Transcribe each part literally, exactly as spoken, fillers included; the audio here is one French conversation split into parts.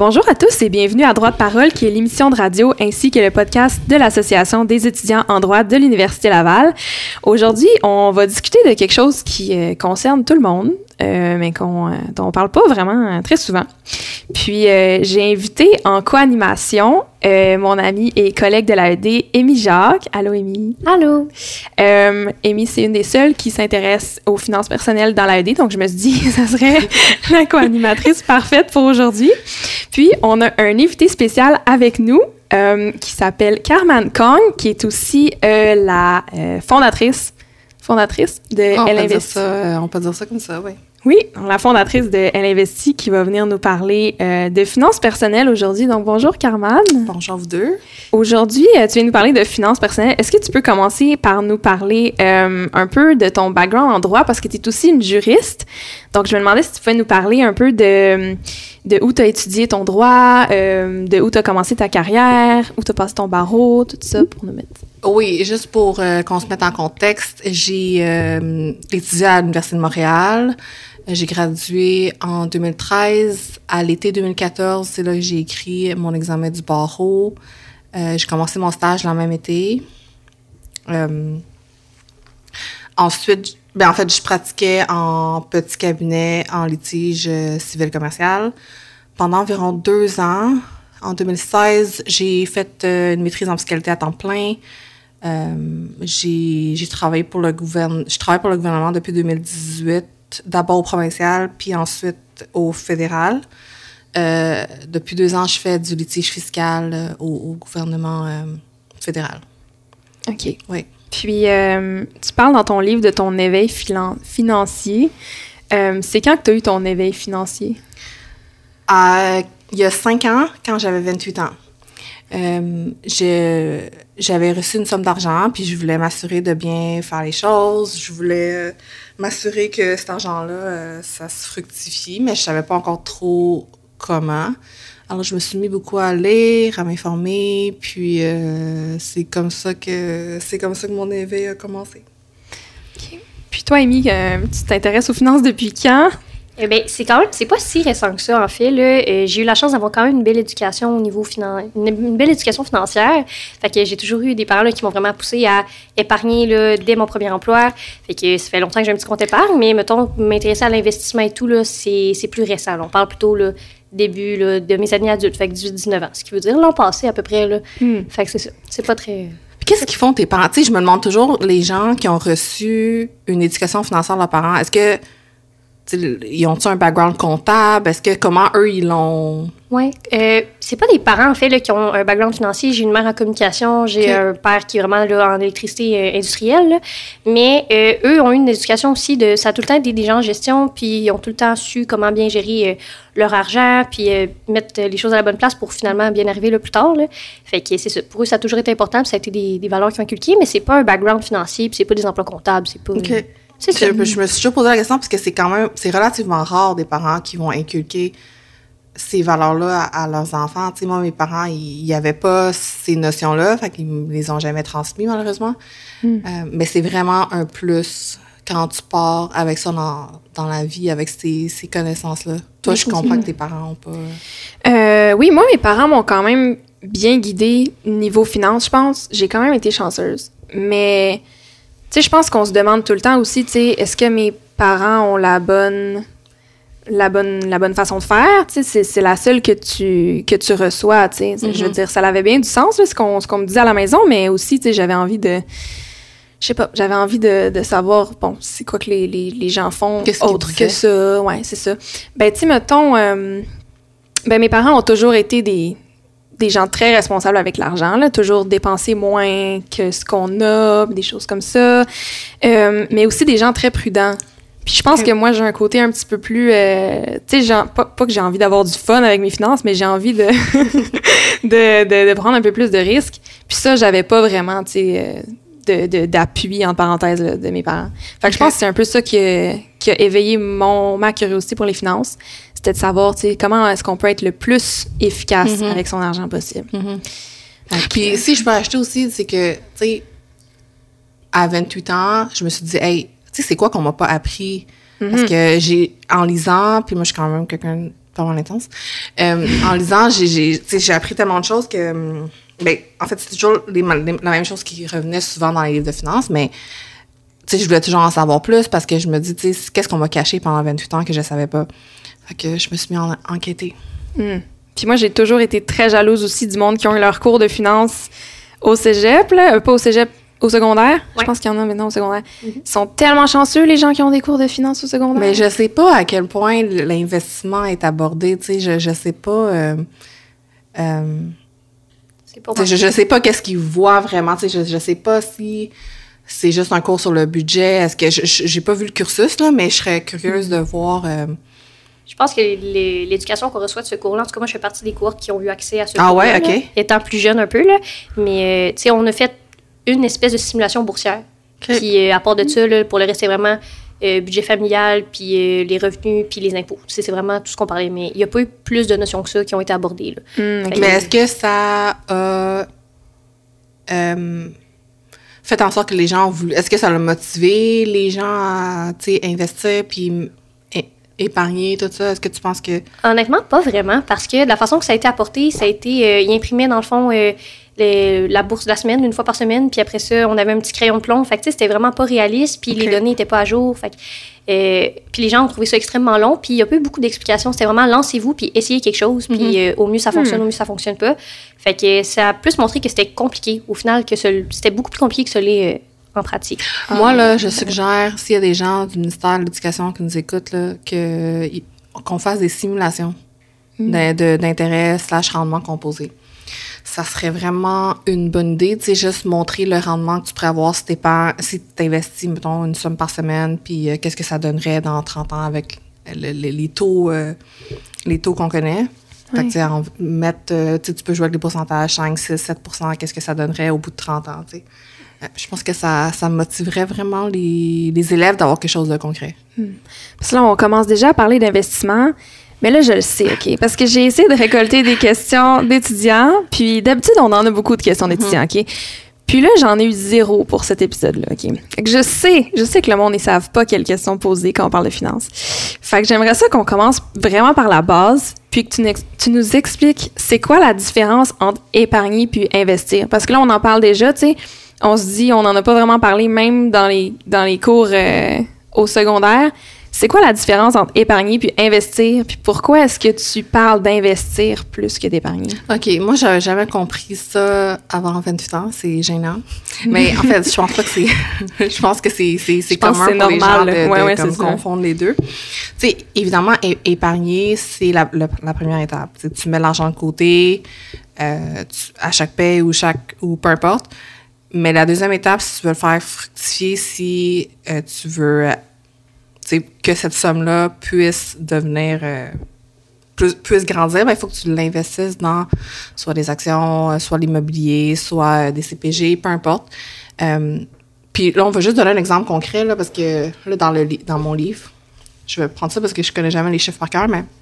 Bonjour à tous et bienvenue à Droit de parole, qui est l'émission de radio ainsi que le podcast de l'Association des étudiants en droit de l'Université Laval. Aujourd'hui, on va discuter de quelque chose qui euh, concerne tout le monde, euh, mais qu'on, euh, dont on parle pas vraiment euh, très souvent. Puis, euh, j'ai invité en co-animation euh, mon amie et collègue de l'A E D, Amy Jacques. Allô, Amy. Allô. Euh, Amy, c'est une des seules qui s'intéresse aux finances personnelles dans l'A E D, donc je me suis dit que ça serait la co-animatrice parfaite pour aujourd'hui. Puis, on a un invité spécial avec nous euh, qui s'appelle Carmen Kong, qui est aussi euh, la euh, fondatrice, fondatrice de oh, Elle Investit. Investit. Ça, on peut dire ça comme ça, oui. Oui, la fondatrice de Elle Investit qui va venir nous parler euh, de finances personnelles aujourd'hui. Donc, bonjour Carmen. Bonjour vous deux. Aujourd'hui, euh, tu viens nous parler de finances personnelles. Est-ce que tu peux commencer par nous parler euh, un peu de ton background en droit parce que tu es aussi une juriste. Donc, je me demandais si tu pouvais nous parler un peu de, de où tu as étudié ton droit, euh, de où tu as commencé ta carrière, où tu as passé ton barreau, tout ça pour nous mettre. Oui, juste pour euh, qu'on se mette en contexte, j'ai euh, étudié à l'Université de Montréal. J'ai gradué en deux mille treize. À l'été deux mille quatorze, c'est là que j'ai écrit mon examen du barreau. Euh, j'ai commencé mon stage le même été. Euh, ensuite, ben en fait, je pratiquais en petit cabinet en litige euh, civil commercial pendant environ deux ans. En deux mille seize, j'ai fait euh, une maîtrise en fiscalité à temps plein. Euh, j'ai, j'ai travaillé pour le gouvernement. Je travaille pour le gouvernement depuis deux mille dix-huit. D'abord au provincial, puis ensuite au fédéral. Euh, depuis deux ans, je fais du litige fiscal euh, au, au gouvernement euh, fédéral. OK. Oui. Puis, euh, tu parles dans ton livre de ton éveil filan- financier. Euh, c'est quand que tu as eu ton éveil financier? Euh, il y a cinq ans, quand j'avais vingt-huit ans. Euh, je, j'avais reçu une somme d'argent, puis je voulais m'assurer de bien faire les choses. Je voulais euh, m'assurer que cet argent-là, euh, ça se fructifie, mais je savais pas encore trop comment. Alors, je me suis mis beaucoup à lire, à m'informer, puis euh, c'est comme ça que c'est comme ça que mon éveil a commencé. OK. Puis toi, Amy, euh, tu t'intéresses aux finances depuis quand? Eh bien, c'est quand même, c'est pas si récent que ça, en fait. Là. Euh, j'ai eu la chance d'avoir quand même une belle éducation au niveau financier, une, une belle éducation financière. Fait que j'ai toujours eu des parents là, qui m'ont vraiment poussé à épargner là, dès mon premier emploi. Fait que ça fait longtemps que j'ai un petit compte épargne, mais mettons, m'intéresser à l'investissement et tout, là, c'est, c'est plus récent. Là. On parle plutôt là, début là, de mes années adultes, fait que dix-huit dix-neuf ans, ce qui veut dire l'an passé à peu près. Là. Mm. Fait que c'est ça. C'est pas très... Puis qu'est-ce qu'ils font tes parents? Tu sais, je me demande toujours, les gens qui ont reçu une éducation financière de leurs parents, est-ce que T'sais, ils ont-ils un background comptable? Est-ce que, comment eux, ils l'ont... Oui. Euh, c'est pas des parents, en fait, là, qui ont un background financier. J'ai une mère en communication, j'ai okay. un père qui est vraiment là, en électricité euh, industrielle. Là. Mais euh, eux ont eu une éducation aussi de... Ça a tout le temps été des gens en gestion, puis ils ont tout le temps su comment bien gérer euh, leur argent, puis euh, mettre les choses à la bonne place pour finalement bien arriver là, plus tard. Là. Fait que c'est ça. Pour eux, ça a toujours été important, puis ça a été des, des valeurs qu'ils ont inculquées, mais c'est pas un background financier, puis c'est pas des emplois comptables, c'est pas... Okay. Euh, C'est je, je me suis toujours posé la question parce que c'est quand même, c'est relativement rare des parents qui vont inculquer ces valeurs-là à, à leurs enfants. Tu sais, moi, mes parents, ils n'avaient pas ces notions-là, fait qu'ils me les ont jamais transmis, malheureusement. Mm. Euh, mais c'est vraiment un plus quand tu pars avec ça dans, dans la vie, avec ces, ces connaissances-là. Toi, je comprends que tes parents n'ont pas... Euh, oui, moi, mes parents m'ont quand même bien guidée niveau finance, je pense. J'ai quand même été chanceuse. Mais... Tu sais, je pense qu'on se demande tout le temps aussi, tu sais, est-ce que mes parents ont la bonne, la bonne, la bonne façon de faire? Tu sais, c'est, c'est la seule que tu, que tu reçois, tu sais. Mm-hmm. Je veux dire, ça avait bien du sens, là, ce qu'on, ce qu'on me disait à la maison, mais aussi, tu sais, j'avais envie de... Je sais pas, j'avais envie de, de savoir, bon, c'est quoi que les, les, les gens font Qu'est-ce autre que ça. Ouais, c'est ça. Ben, tu sais, mettons, euh, ben, mes parents ont toujours été des... des gens très responsables avec l'argent, là, toujours dépenser moins que ce qu'on a, des choses comme ça, euh, mais aussi des gens très prudents. Puis je pense okay. que moi, j'ai un côté un petit peu plus... Euh, tu sais, pas, pas que j'ai envie d'avoir du fun avec mes finances, mais j'ai envie de, de, de, de prendre un peu plus de risques. Puis ça, j'avais pas vraiment, tu sais, de, de, d'appui, entre parenthèses, là, de mes parents. Fait que okay. je pense que c'est un peu ça qui a, qui a éveillé mon, ma curiosité pour les finances. C'était de savoir, tu sais, comment est-ce qu'on peut être le plus efficace mm-hmm. avec son argent possible. Mm-hmm. Puis euh, si je peux acheter aussi, c'est que, tu sais, à vingt-huit ans, je me suis dit, hey, tu sais, c'est quoi qu'on m'a pas appris? Mm-hmm. Parce que j'ai, en lisant, puis moi, je suis quand même quelqu'un pas mal intense. Euh, en lisant, j'ai, j'ai, tu sais, j'ai appris tellement de choses que, ben, en fait, c'était toujours les, les, la même chose qui revenait souvent dans les livres de finances, mais, tu sais, je voulais toujours en savoir plus parce que je me dis, tu sais, qu'est-ce qu'on m'a caché pendant vingt-huit ans que je savais pas? Fait que je me suis mis à enquêter. Mm. Puis moi, j'ai toujours été très jalouse aussi du monde qui ont eu leur cours de finance au cégep, là, euh, pas au cégep, au secondaire. Ouais. Je pense qu'il y en a maintenant au secondaire. Mm-hmm. Ils sont tellement chanceux, les gens qui ont des cours de finance au secondaire. Mais je sais pas à quel point l'investissement est abordé, tu sais, je, je sais pas... Euh, euh, c'est pas je, je sais pas qu'est-ce qu'ils voient vraiment, tu sais, je, je sais pas si... C'est juste un cours sur le budget. Est-ce que je, j'ai pas vu le cursus, là, mais je serais curieuse de voir... Euh... Je pense que les, l'éducation qu'on reçoit de ce cours-là, en tout cas, moi, je fais partie des cours qui ont eu accès à ce ah cours-là. Ah ouais, OK. Là, étant plus jeune un peu, là. Mais, euh, tu sais, on a fait une espèce de simulation boursière. Okay. Puis, euh, à part de ça, là, pour le reste, c'est vraiment euh, budget familial, puis euh, les revenus, puis les impôts. Tu sais, c'est vraiment tout ce qu'on parlait. Mais il n'y a pas eu plus de notions que ça qui ont été abordées, là. Mm, okay. Mais est-ce que ça a... Euh, fait en sorte que les gens ont voulu... Est-ce que ça a motivé les gens à, tu sais, investir puis é- épargner, tout ça? Est-ce que tu penses que... Honnêtement, pas vraiment, parce que de la façon que ça a été apporté, ça a été... Euh, ils imprimaient, dans le fond, euh, les, la bourse de la semaine, une fois par semaine, puis après ça, on avait un petit crayon de plomb. Fait que, tu sais, c'était vraiment pas réaliste, puis okay. les données n'étaient pas à jour. Fait que... Euh, puis les gens ont trouvé ça extrêmement long, puis il n'y a pas eu beaucoup d'explications. C'était vraiment lancez-vous, puis essayez quelque chose, puis mm-hmm. euh, au mieux ça fonctionne, mm. au mieux ça fonctionne pas. Fait que ça a plus montré que c'était compliqué. Au final, que ce, c'était beaucoup plus compliqué que ça l'est euh, en pratique. Ah, Moi, là, je suggère, s'il y a des gens du ministère de l'Éducation qui nous écoutent, là, que, qu'on fasse des simulations mm. de, de, d'intérêt slash rendement composé. Ça serait vraiment une bonne idée, tu sais, juste montrer le rendement que tu pourrais avoir si tu si investis, mettons, une somme par semaine, puis euh, qu'est-ce que ça donnerait dans trente ans avec le, le, les taux euh, les taux qu'on connaît. Fait que, tu sais, en mettre, euh, tu peux jouer avec des pourcentages, cinq, six, sept pour cent, qu'est-ce que ça donnerait au bout de trente ans, tu sais. Euh, je pense que ça, ça motiverait vraiment les, les élèves d'avoir quelque chose de concret. Hmm. Parce que là, on commence déjà à parler d'investissement. Mais là, je le sais, OK? Parce que j'ai essayé de récolter des questions d'étudiants. Puis d'habitude, on en a beaucoup de questions d'étudiants, OK? Puis là, j'en ai eu zéro pour cet épisode-là, OK? Fait que je sais, je sais que le monde ne savent pas quelles questions poser quand on parle de finances. Fait que j'aimerais ça qu'on commence vraiment par la base, puis que tu, n'ex- tu nous expliques c'est quoi la différence entre épargner puis investir. Parce que là, on en parle déjà, tu sais. On se dit, on n'en a pas vraiment parlé même dans les, dans les cours euh, au secondaire. C'est quoi la différence entre épargner puis investir? Puis pourquoi est-ce que tu parles d'investir plus que d'épargner? OK. Moi, j'avais jamais compris ça avant vingt-huit ans. C'est gênant. Mais en fait, je pense pas que c'est... je pense que c'est, c'est, c'est commun pour normal, les gens de, ouais, de ouais, comme confondre les deux. Tu sais, évidemment, é- épargner, c'est la, la, la première étape. T'sais, tu mets l'argent de côté euh, tu, à chaque paie ou, chaque, ou peu importe. Mais la deuxième étape, si tu veux le faire fructifier, si euh, tu veux... T'sais, que cette somme-là puisse devenir, euh, puisse, puisse grandir, ben, il faut que tu l'investisses dans soit des actions, soit l'immobilier, soit des C P G, peu importe. Euh, Puis là, on va juste donner un exemple concret, là, parce que là, dans, le, dans mon livre, je vais prendre ça parce que je connais jamais les chiffres par cœur, mais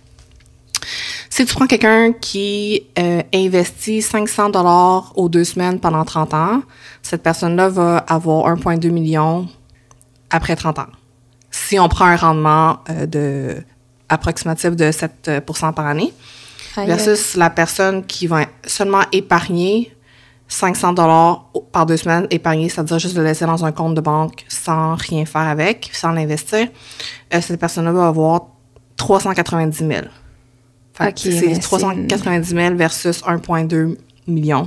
si tu prends quelqu'un qui euh, investit cinq cents dollars aux deux semaines pendant trente ans, cette personne-là va avoir un virgule deux million après trente ans. Si on prend un rendement euh, de, approximatif de sept pour cent par année, Aïe. versus la personne qui va seulement épargner cinq cents dollars par deux semaines, épargner, c'est-à-dire juste le laisser dans un compte de banque sans rien faire avec, sans l'investir, euh, cette personne-là va avoir trois cent quatre-vingt-dix mille. Fait okay, c'est trois cent quatre-vingt-dix mille versus un virgule deux million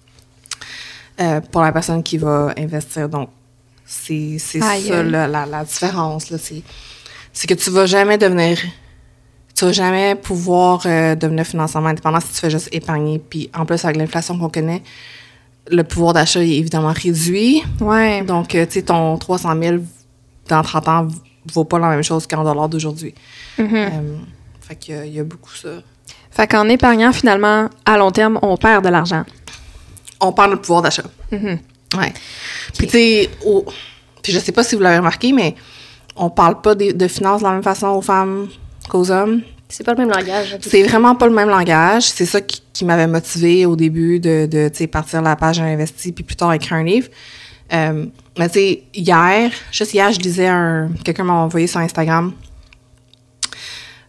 euh, pour la personne qui va investir. Donc, C'est, c'est Aïe. ça la, la, la différence. Là. C'est, c'est que tu vas jamais devenir... Tu vas jamais pouvoir euh, devenir financièrement indépendant si tu fais juste épargner. Puis en plus, avec l'inflation qu'on connaît, le pouvoir d'achat est évidemment réduit. Ouais. Donc, euh, tu sais, ton trois cent mille dans trente ans vaut pas la même chose qu'en dollars d'aujourd'hui. Mm-hmm. Euh, fait qu'il y a, il y a beaucoup ça. Fait qu'en épargnant, finalement, à long terme, on perd de l'argent. On perd notre pouvoir d'achat. Mm-hmm. Ouais. Puis, tu sais, oh, puis je sais pas si vous l'avez remarqué, mais on parle pas de, de finances de la même façon aux femmes qu'aux hommes. C'est pas le même langage. C'est vraiment pas le même langage. C'est ça qui, qui m'avait motivée au début de, de tu sais, partir la page Investi, puis plus tard écrire un livre. Euh, mais tu sais, hier, juste hier, je lisais un... Quelqu'un m'a envoyé sur Instagram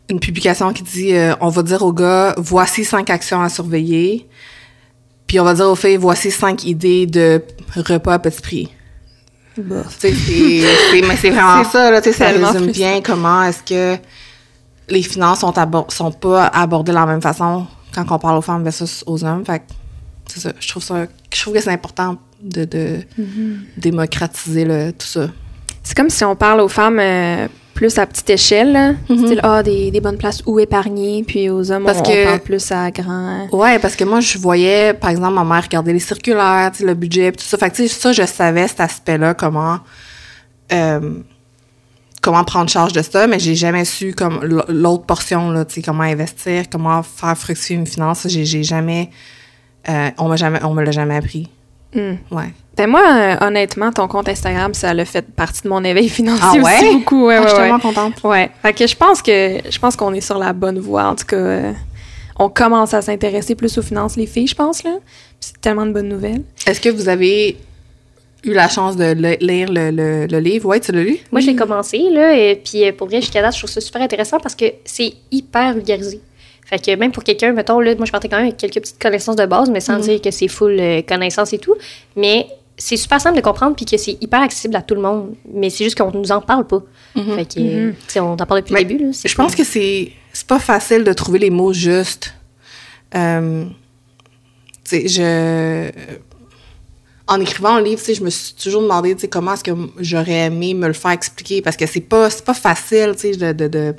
une publication qui dit euh, on va dire aux gars, voici cinq actions à surveiller. Puis on va dire aux filles, voici cinq idées de repas à petit prix. Bah. Tu sais, c'est, c'est, mais c'est vraiment C'est ça, là, tu sais, ça tellement résume bien comment est-ce que les finances sont, abor- sont pas abordées de la même façon quand on parle aux femmes versus aux hommes. Fait que, c'est ça, je trouve ça, je trouve que c'est important de, de mm-hmm. démocratiser le, tout ça. C'est comme si on parle aux femmes euh, plus à petite échelle, là. Mm-hmm. Style, ah, des, des bonnes places où épargner, puis aux hommes, parce on, que, on parle plus à grand. Ouais, parce que moi, je voyais, par exemple, ma mère regarder les circulaires, tu sais, le budget, tout ça. Fait que, tu sais, ça, je savais cet aspect-là, comment, euh, comment prendre charge de ça, mais j'ai jamais su, comme, l'autre portion, là, tu sais, comment investir, comment faire fructifier une finance. J'ai, j'ai jamais, euh, on m'a jamais, on me l'a jamais appris. Mm. Ouais. Ben moi, euh, honnêtement, ton compte Instagram, ça a fait partie de mon éveil financier ah ouais? aussi beaucoup. Ouais, ah, ouais, je suis ouais. tellement contente. Ouais. Fait que je pense que je pense qu'on est sur la bonne voie. En tout cas, euh, on commence à s'intéresser plus aux finances, les filles, je pense, là. C'est tellement de bonnes nouvelles. Est-ce que vous avez eu la chance de le, lire le, le, le livre? Ouais, tu l'as lu? Moi, je l'ai commencé, là, et puis pour vrai, jusqu'à date, je trouve ça super intéressant parce que c'est hyper vulgarisé. Fait que même pour quelqu'un, mettons, là, moi, je partais quand même avec quelques petites connaissances de base, mais sans mm-hmm. dire que c'est full euh, connaissances et tout. Mais c'est super simple de comprendre puis que c'est hyper accessible à tout le monde. Mais c'est juste qu'on nous en parle pas. Mm-hmm. Fait que, mm-hmm. tu sais, on en parle depuis mais le début, là. Je pense cool. que c'est, c'est pas facile de trouver les mots justes. Euh, tu sais, je... En écrivant un livre, tu sais, je me suis toujours demandé, tu sais, comment est-ce que j'aurais aimé me le faire expliquer. Parce que c'est pas, c'est pas facile, tu sais, de... de, de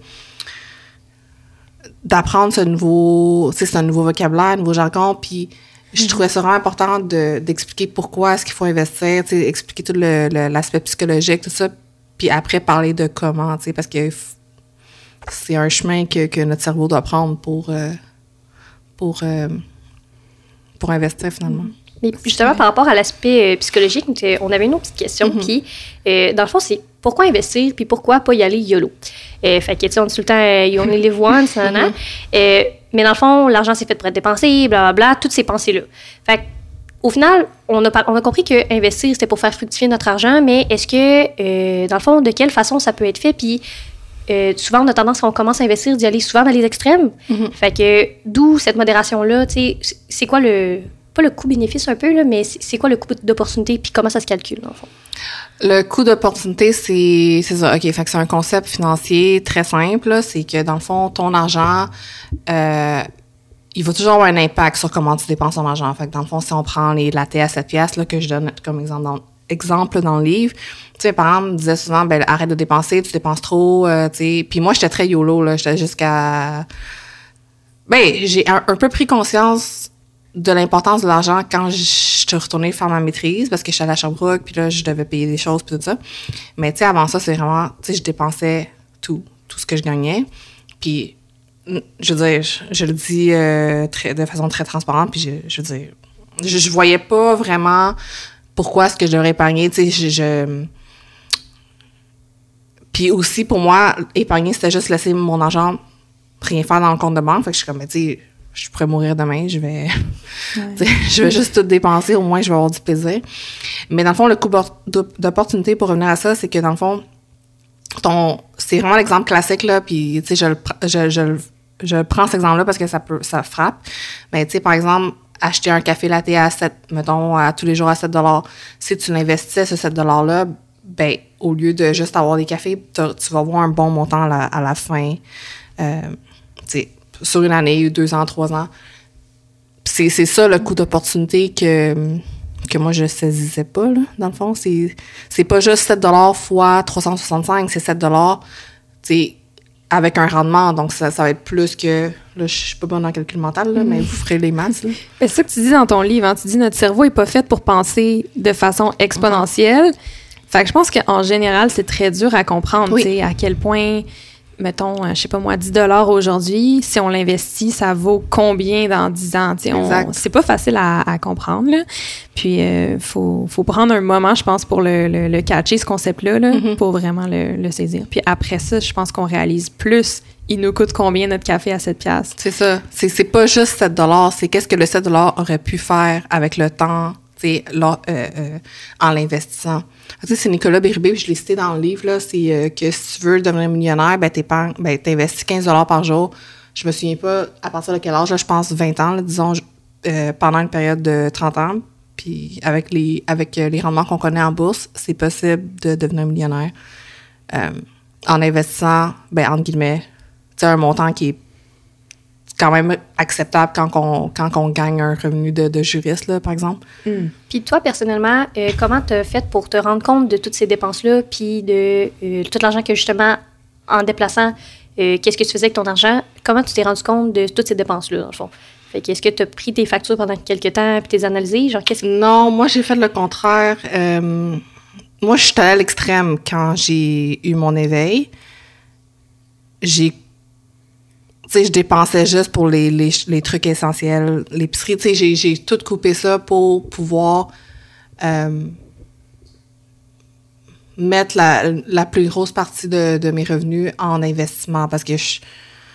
d'apprendre ce nouveau, tu sais, c'est un nouveau vocabulaire, un nouveau jargon, puis je mm-hmm. trouvais ça vraiment important de, d'expliquer pourquoi est-ce qu'il faut investir, tu sais, expliquer tout le, le, l'aspect psychologique, tout ça, puis après parler de comment, tu sais, parce que f- c'est un chemin que, que notre cerveau doit prendre pour, euh, pour, euh, pour investir, finalement. Mm-hmm. Mais justement, par rapport à l'aspect euh, psychologique, on avait une autre petite question, mm-hmm. puis euh, dans le fond, c'est pourquoi investir, puis pourquoi pas y aller YOLO? Euh, fait que, tu sais, on dit tout le temps, euh, you only live once, nan, nan. Euh, mais dans le fond, l'argent, c'est fait pour être dépensé, blablabla, toutes ces pensées-là. Fait au final, on a, on a compris que investir, c'était pour faire fructifier notre argent, mais est-ce que, euh, dans le fond, de quelle façon ça peut être fait? Puis euh, souvent, on a tendance, quand on commence à investir, d'y aller souvent dans les extrêmes. Mm-hmm. Fait que, d'où cette modération-là, tu sais, c'est quoi le... pas le coût-bénéfice un peu, là, mais c'est, c'est quoi le coût d'opportunité, puis comment ça se calcule, dans le fond? Le coût d'opportunité, c'est, c'est ça. OK, fait que c'est un concept financier très simple, là. C'est que, dans le fond, ton argent, euh, il va toujours avoir un impact sur comment tu dépenses ton argent. Fait que, dans le fond, si on prend les lattes à sept piastres, là, que je donne comme exemple dans, exemple dans le livre, tu sais, mes parents me disaient souvent, ben, arrête de dépenser, tu dépenses trop, euh, tu sais. Puis moi, j'étais très YOLO, là. J'étais jusqu'à... Ben, j'ai un, un peu pris conscience de l'importance de l'argent quand je suis retournée faire ma maîtrise, parce que je suis allée à Sherbrooke, puis là, je devais payer des choses, puis tout ça. Mais, tu sais, avant ça, c'est vraiment... Tu sais, je dépensais tout, tout ce que je gagnais. Puis, je veux dire, je, je le dis euh, très, de façon très transparente, puis je, je veux dire, je, je voyais pas vraiment pourquoi est-ce que je devrais épargner, tu sais, je... je puis aussi, pour moi, épargner, c'était juste laisser mon argent rien faire dans le compte de banque. Fait que je suis comme, tu sais, je pourrais mourir demain, je vais, ouais. je vais juste tout dépenser, au moins je vais avoir du plaisir. Mais dans le fond, le coût d'opportunité, pour revenir à ça, c'est que dans le fond, ton, c'est vraiment l'exemple classique, là, puis tu sais, je, je, je, je prends cet exemple-là parce que ça peut, ça frappe. Mais tu sais, par exemple, acheter un café latte à sept, mettons, à, tous les jours à sept dollars, si tu l'investissais ce sept dollars-là, ben, au lieu de juste avoir des cafés, tu vas avoir un bon montant à la, à la fin, euh, tu sais, sur une année, deux ans, trois ans. C'est, c'est ça le coût d'opportunité que, que moi, je saisissais pas, là, dans le fond. C'est, c'est pas juste sept dollars fois trois cent soixante-cinq, c'est sept dollars, tu sais, avec un rendement. Donc, ça, ça va être plus que... Là, je suis pas bonne dans le calcul mental, là, mm. mais vous ferez les maths, là. C'est ça que tu dis dans ton livre, hein? Tu dis notre cerveau est pas fait pour penser de façon exponentielle. Mm. Fait que je pense qu'en général, c'est très dur à comprendre, oui. tu sais, à quel point... mettons, je sais pas moi, dix dollars aujourd'hui, si on l'investit, ça vaut combien dans dix ans? On, c'est pas facile à, à comprendre, là. Puis, il euh, faut, faut prendre un moment, je pense, pour le, le, le catcher, ce concept-là, là, mm-hmm. pour vraiment le, le saisir. Puis après ça, je pense qu'on réalise plus, il nous coûte combien notre café à sept piastres. C'est ça. C'est, c'est pas juste sept dollars, c'est qu'est-ce que le sept dollars aurait pu faire avec le temps tu sais, là, euh, euh, en l'investissant. Tu sais, c'est Nicolas Bérubé, puis je l'ai cité dans le livre, là, c'est euh, que si tu veux devenir millionnaire, ben, t'épargnes, ben, t'investis quinze dollars par jour. Je me souviens pas à partir de quel âge, là, je pense vingt ans, là, disons, euh, pendant une période de trente ans. Puis avec les, avec les rendements qu'on connaît en bourse, c'est possible de devenir millionnaire euh, en investissant, ben, entre guillemets, tu sais, un montant qui est quand même acceptable quand on, quand on gagne un revenu de, de juriste, là, par exemple. Mm. Puis toi, personnellement, euh, comment tu as fait pour te rendre compte de toutes ces dépenses-là, puis de euh, tout l'argent que, justement, en déplaçant, euh, qu'est-ce que tu faisais avec ton argent? Comment tu t'es rendu compte de toutes ces dépenses-là, dans le fond? Fait que est-ce que tu as pris tes factures pendant quelques temps puis t'es analysé? Genre, qu'est-ce que... Non, moi, j'ai fait le contraire. Euh, moi, je suis allée à l'extrême quand j'ai eu mon éveil. J'ai Tu sais, je dépensais juste pour les, les, les trucs essentiels. L'épicerie, tu sais, j'ai, j'ai tout coupé ça pour pouvoir euh, mettre la, la plus grosse partie de, de mes revenus en investissement parce que je,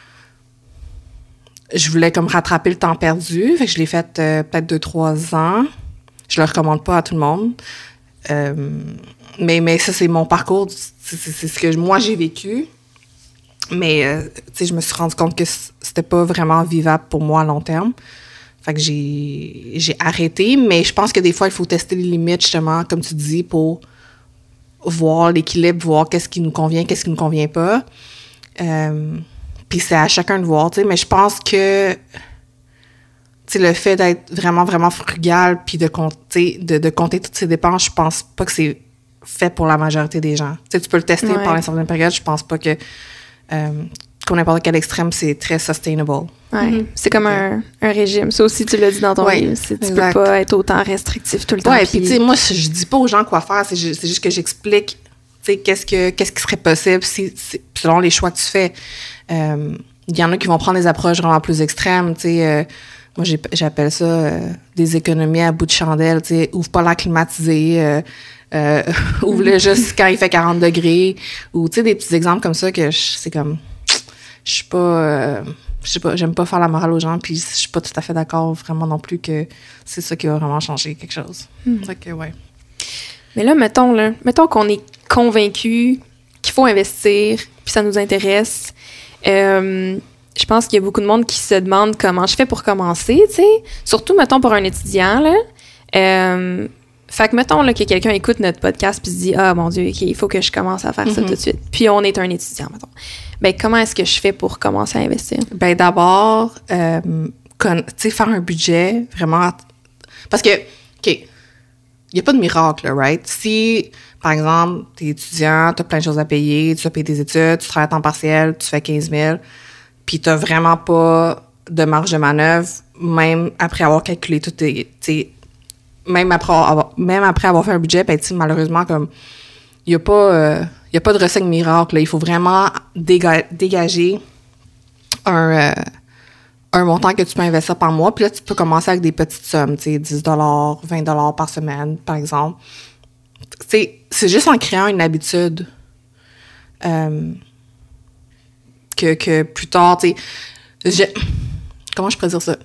je voulais comme rattraper le temps perdu. Fait que je l'ai fait euh, peut-être deux, trois ans. Je le recommande pas à tout le monde. Euh, mais, mais ça, c'est mon parcours. C'est, c'est, c'est ce que moi, j'ai vécu. Mais, euh, tu sais, je me suis rendu compte que c'était pas vraiment vivable pour moi à long terme. Fait que j'ai, j'ai arrêté. Mais je pense que des fois, il faut tester les limites, justement, comme tu dis, pour voir l'équilibre, voir qu'est-ce qui nous convient, qu'est-ce qui nous convient pas. Euh, puis c'est à chacun de voir, tu sais. Mais je pense que, tu sais, le fait d'être vraiment, vraiment frugal puis de compter, de, de compter toutes ses dépenses, je pense pas que c'est fait pour la majorité des gens. Tu sais, tu peux le tester ouais. pendant une certaine période. Je pense pas que Euh, comme n'importe quel extrême, c'est très sustainable. Ouais. Mm-hmm. C'est comme un, un régime. Ça aussi, tu l'as dit dans ton ouais, livre. Tu exact. peux pas être autant restrictif tout le temps. Oui, puis tu sais, moi, je dis pas aux gens quoi faire. C'est juste, c'est juste que j'explique, tu sais, qu'est-ce, que, qu'est-ce qui serait possible si, si, selon les choix que tu fais. Il euh, y en a qui vont prendre des approches vraiment plus extrêmes, tu sais. Euh, moi, j'ai, j'appelle ça euh, des économies à bout de chandelle, tu sais. Ouvre pas l'air climatisé, euh, Euh, ouvre-le juste quand il fait quarante degrés ou tu sais des petits exemples comme ça que je, c'est comme je suis pas euh, je sais pas j'aime pas faire la morale aux gens puis je suis pas tout à fait d'accord vraiment non plus que c'est ça qui va vraiment changer quelque chose. Mm. Donc ouais. Mais là mettons là mettons qu'on est convaincu qu'il faut investir puis ça nous intéresse. Euh, je pense qu'il y a beaucoup de monde qui se demande comment je fais pour commencer, tu sais, surtout mettons pour un étudiant là. Euh, Fait que, mettons là, que quelqu'un écoute notre podcast puis se dit « Ah, mon Dieu, OK, il faut que je commence à faire mm-hmm. ça tout de suite. » Puis on est un étudiant, mettons. Bien, comment est-ce que je fais pour commencer à investir? Bien, d'abord, euh, con- tu sais, faire un budget, vraiment... Parce que, OK, il n'y a pas de miracle, là, right? Si, par exemple, tu es étudiant, tu as plein de choses à payer, tu as payé tes études, tu travailles à temps partiel, tu fais quinze mille, puis tu n'as vraiment pas de marge de manœuvre, même après avoir calculé tout tes... Même après avoir, même après avoir fait un budget, ben, malheureusement, comme, il n'y a pas, euh, y a pas de recette miracle, là. Il faut vraiment déga- dégager un, euh, un montant que tu peux investir par mois. Puis là, tu peux commencer avec des petites sommes, tu sais, dix dollars, vingt dollars par semaine, par exemple. C'est, c'est juste en créant une habitude euh, que, que plus tard, tu sais, comment je pourrais dire ça?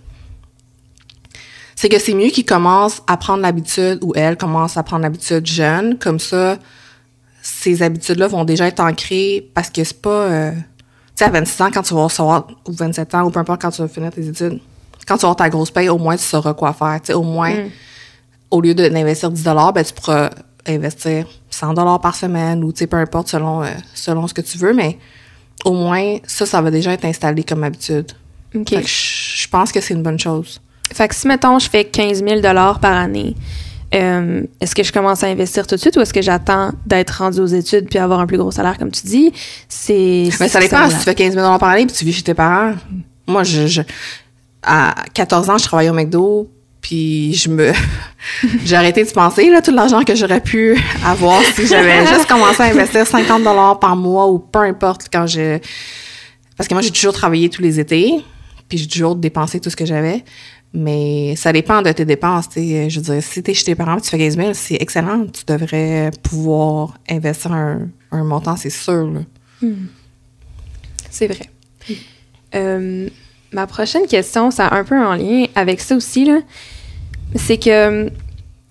C'est que c'est mieux qu'ils commencent à prendre l'habitude, ou elle commence à prendre l'habitude jeune, comme ça, ces habitudes-là vont déjà être ancrées parce que c'est pas... Euh, tu sais, à vingt-six ans, quand tu vas recevoir, ou vingt-sept ans, ou peu importe quand tu vas finir tes études, quand tu vas avoir ta grosse paye, au moins, tu sauras quoi faire. Tu sais, au moins, mm. au lieu de, d'investir dix dollars, ben, tu pourras investir cent dollars par semaine, ou tu sais, peu importe, selon, euh, selon ce que tu veux, mais au moins, ça, ça va déjà être installé comme habitude. OK. Fait que je, je pense que c'est une bonne chose. Fait que si, mettons, je fais quinze mille dollars par année, euh, est-ce que je commence à investir tout de suite ou est-ce que j'attends d'être rendu aux études puis avoir un plus gros salaire, comme tu dis? C'est, Mais ça dépend. Si tu fais quinze mille dollars par année puis tu vis chez tes parents. Mm. Moi, je, je, à quatorze ans, je travaillais au McDo puis je me... j'ai arrêté de penser, là, tout l'argent que j'aurais pu avoir si j'avais juste commencé à investir cinquante dollars par mois ou peu importe quand je... Parce que moi, j'ai toujours travaillé tous les étés puis j'ai toujours dépensé tout ce que j'avais. Mais ça dépend de tes dépenses. T'sais. Je veux dire, si tu es chez tes parents et tu fais quinze mille, c'est excellent. Tu devrais pouvoir investir un, un montant, c'est sûr. Là. Hmm. C'est vrai. Hmm. Euh, ma prochaine question, ça a un peu en lien avec ça aussi. Là. C'est que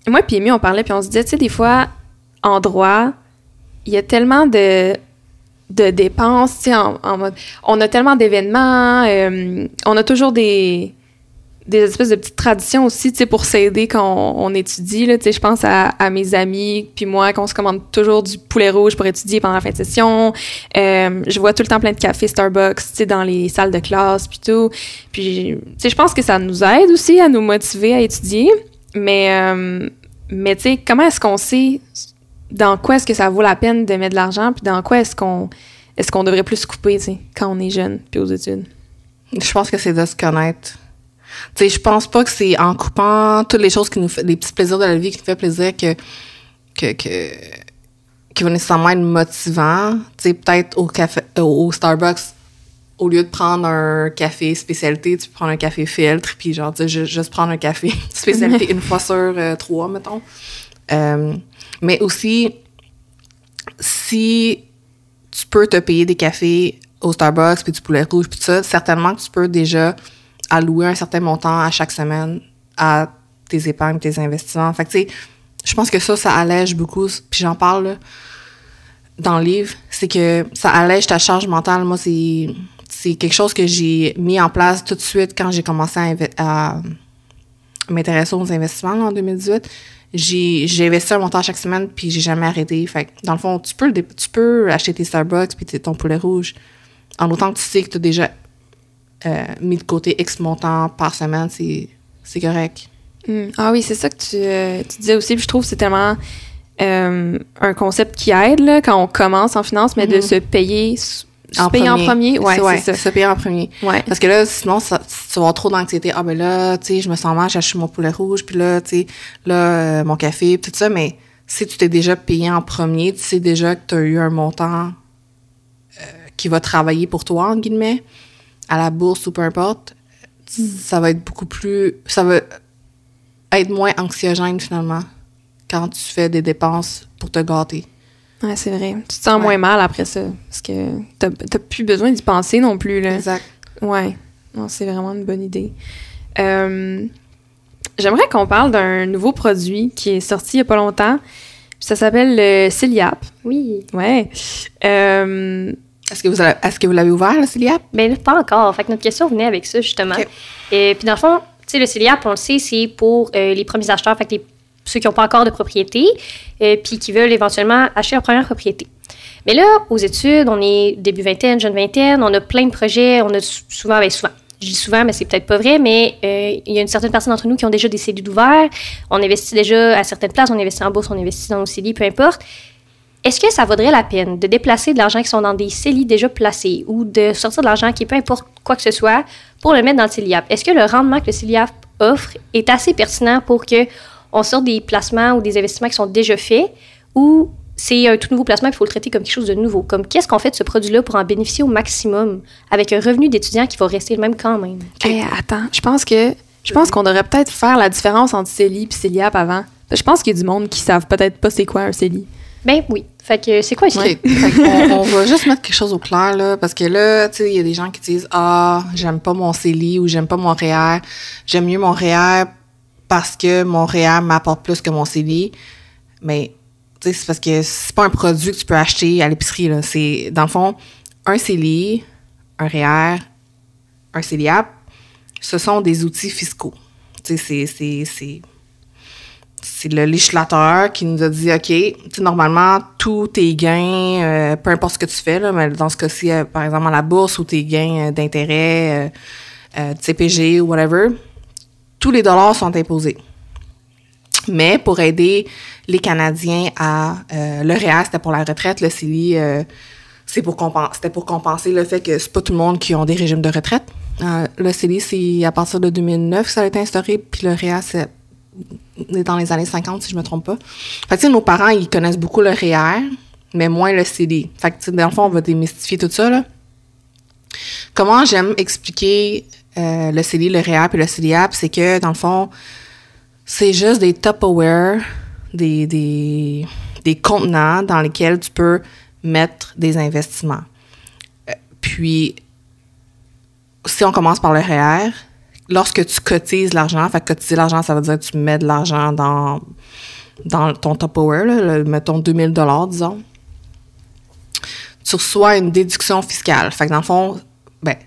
moi puis Amy, on parlait, puis on se disait, tu sais, des fois, en droit, il y a tellement de, de dépenses, tu sais, en, en mode... On a tellement d'événements, euh, on a toujours des... des espèces de petites traditions aussi, tu sais, pour s'aider quand on, on étudie, là, tu sais, je pense à, à mes amis, puis moi, qu'on se commande toujours du poulet rouge pour étudier pendant la fin de session. Euh, je vois tout le temps plein de cafés Starbucks, tu sais, dans les salles de classe, puis tout. Puis, tu sais, je pense que ça nous aide aussi à nous motiver à étudier, mais, euh, mais tu sais, comment est-ce qu'on sait dans quoi est-ce que ça vaut la peine de mettre de l'argent, puis dans quoi est-ce qu'on, est-ce qu'on devrait plus se couper, tu sais, quand on est jeune, puis aux études? Je pense que c'est de se connaître. Tu sais, je pense pas que c'est en coupant toutes les choses qui nous fait, les petits plaisirs de la vie qui nous fait plaisir que, que, que, qui va nécessairement être motivant. Tu sais, peut-être au café, au Starbucks, au lieu de prendre un café spécialité, tu peux prendre un café filtre, puis genre, tu sais, juste prendre un café spécialité une fois sur euh, trois, mettons. Euh, mais aussi, si tu peux te payer des cafés au Starbucks, puis du poulet rouge, puis tout ça, certainement que tu peux déjà allouer un certain montant à chaque semaine à tes épargnes, tes investissements. Fait que, tu sais, je pense que ça, ça allège beaucoup. Puis j'en parle, là, dans le livre, c'est que ça allège ta charge mentale. Moi, c'est, c'est quelque chose que j'ai mis en place tout de suite quand j'ai commencé à, inv- à m'intéresser aux investissements, là, en deux mille dix-huit. J'ai, j'ai investi un montant chaque semaine, puis j'ai jamais arrêté. Fait que, dans le fond, tu peux, tu peux acheter tes Starbucks puis ton poulet rouge en autant que tu sais que tu as déjà Euh, mis de côté X montant par semaine, c'est, c'est correct. Mm. Ah oui, c'est ça que tu, euh, tu disais aussi. Puis je trouve que c'est tellement euh, un concept qui aide là, quand on commence en finance, mais mm-hmm. de se payer, se en payer premier. en premier. Ouais, c'est, ouais, c'est ça. Se payer en premier. Ouais. Parce que là, sinon, ça, tu vas avoir trop d'anxiété. Ah, ben là, tu sais, je me sens mal, j'achète mon poulet rouge, puis là, tu sais, là, euh, mon café, puis tout ça. Mais si tu t'es déjà payé en premier, tu sais déjà que tu as eu un montant euh, qui va travailler pour toi, en guillemets, à la bourse ou peu importe, mm. ça va être beaucoup plus... Ça va être moins anxiogène, finalement, quand tu fais des dépenses pour te gâter. Ouais, c'est vrai. Tu te sens ouais. moins mal après ça, parce que t'as, t'as plus besoin d'y penser non plus, là. Exact. Ouais. Non, c'est vraiment une bonne idée. Euh, j'aimerais qu'on parle d'un nouveau produit qui est sorti il y a pas longtemps. Ça s'appelle le Ciliap. Oui. Ouais. Euh... Est-ce que vous avez, est-ce que vous l'avez ouvert, le Ciliap? Bien, pas encore. Fait que notre question venait avec ça, justement. Okay. Et puis, dans le fond, tu sais, le Ciliap, on le sait, c'est pour euh, les premiers acheteurs, fait que les, ceux qui n'ont pas encore de propriété, euh, puis qui veulent éventuellement acheter leur première propriété. Mais là, aux études, on est début vingtaine, jeune vingtaine, on a plein de projets, on a souvent, bien souvent, je dis souvent, mais c'est peut-être pas vrai, mais euh, il y a une certaine personne d'entre nous qui ont déjà des C E L I ouverts, on investit déjà à certaines places, on investit en bourse, on investit dans nos C E L I, peu importe. Est-ce que ça vaudrait la peine de déplacer de l'argent qui sont dans des C E L I déjà placés ou de sortir de l'argent qui est peu importe quoi que ce soit pour le mettre dans le Ciliap? Est-ce que le rendement que le Ciliap offre est assez pertinent pour qu'on sorte des placements ou des investissements qui sont déjà faits ou c'est un tout nouveau placement et il faut le traiter comme quelque chose de nouveau? Comme qu'est-ce qu'on fait de ce produit-là pour en bénéficier au maximum avec un revenu d'étudiant qui va rester le même quand même? Hey, attends, je pense que je pense qu'on devrait peut-être faire la différence entre C E L I et Ciliap avant. Je pense qu'il y a du monde qui savent peut-être pas c'est quoi un C E L I. Ben oui. Fait que c'est quoi ici? Okay. on, on va juste mettre quelque chose au clair, là, parce que là, tu sais, il y a des gens qui disent « Ah, j'aime pas mon C E L I ou j'aime pas mon R E E R. J'aime mieux mon R E E R parce que mon R E E R m'apporte plus que mon C E L I. » Mais, tu sais, c'est parce que c'est pas un produit que tu peux acheter à l'épicerie, là. C'est, dans le fond, un C E L I, un R E E R, un Ciliap, ce sont des outils fiscaux. Tu sais, c'est... c'est, c'est C'est le législateur qui nous a dit, OK, tu sais, normalement, tous tes gains, euh, peu importe ce que tu fais, là, mais dans ce cas-ci, euh, par exemple, à la bourse ou tes gains euh, d'intérêt, euh, euh, de C P G ou whatever, tous les dollars sont imposés. Mais pour aider les Canadiens à... Euh, le R E E R, c'était pour la retraite, le C E L I, euh, c'est pour compen- c'était pour compenser le fait que c'est pas tout le monde qui ont des régimes de retraite. Euh, le C E L I, c'est à partir de deux mille neuf que ça a été instauré, puis le R E E R, c'est dans les années cinquante, si je me trompe pas. Fait que, tu sais, nos parents, ils connaissent beaucoup le R E E R, mais moins le C E L I. Fait que, tu sais, dans le fond, on va démystifier tout ça, là. Comment j'aime expliquer euh, le C E L I, le R E E R puis le Ciliap, c'est que, dans le fond, c'est juste des Tupperware, des, des, des contenants dans lesquels tu peux mettre des investissements. Euh, puis, si on commence par le R E E R, lorsque tu cotises l'argent, fait que cotiser l'argent, ça veut dire que tu mets de l'argent dans, dans ton Tupperware, là, le, mettons deux mille dollars, disons, tu reçois une déduction fiscale. Fait que dans le fond, ben,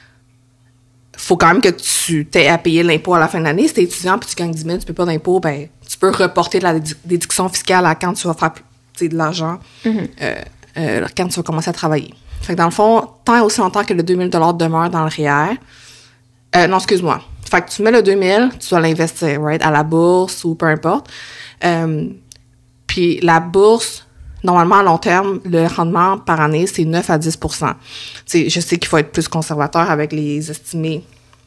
faut quand même que tu aies à payer l'impôt à la fin de l'année. Si t'es étudiant puis tu gagnes dix mille, tu ne paies pas d'impôt, ben, tu peux reporter de la déduction fiscale à quand tu vas faire de l'argent, mm-hmm. euh, euh, quand tu vas commencer à travailler. Fait que dans le fond, tant et aussi longtemps que le deux mille dollars demeure dans le R E E R, euh, non, excuse-moi. Fait que tu mets le deux mille, tu dois l'investir, right, à la bourse ou peu importe. Euh, puis la bourse, normalement, à long terme, le rendement par année, c'est neuf à dix pour cent. T'sais, je sais qu'il faut être plus conservateur avec les estimés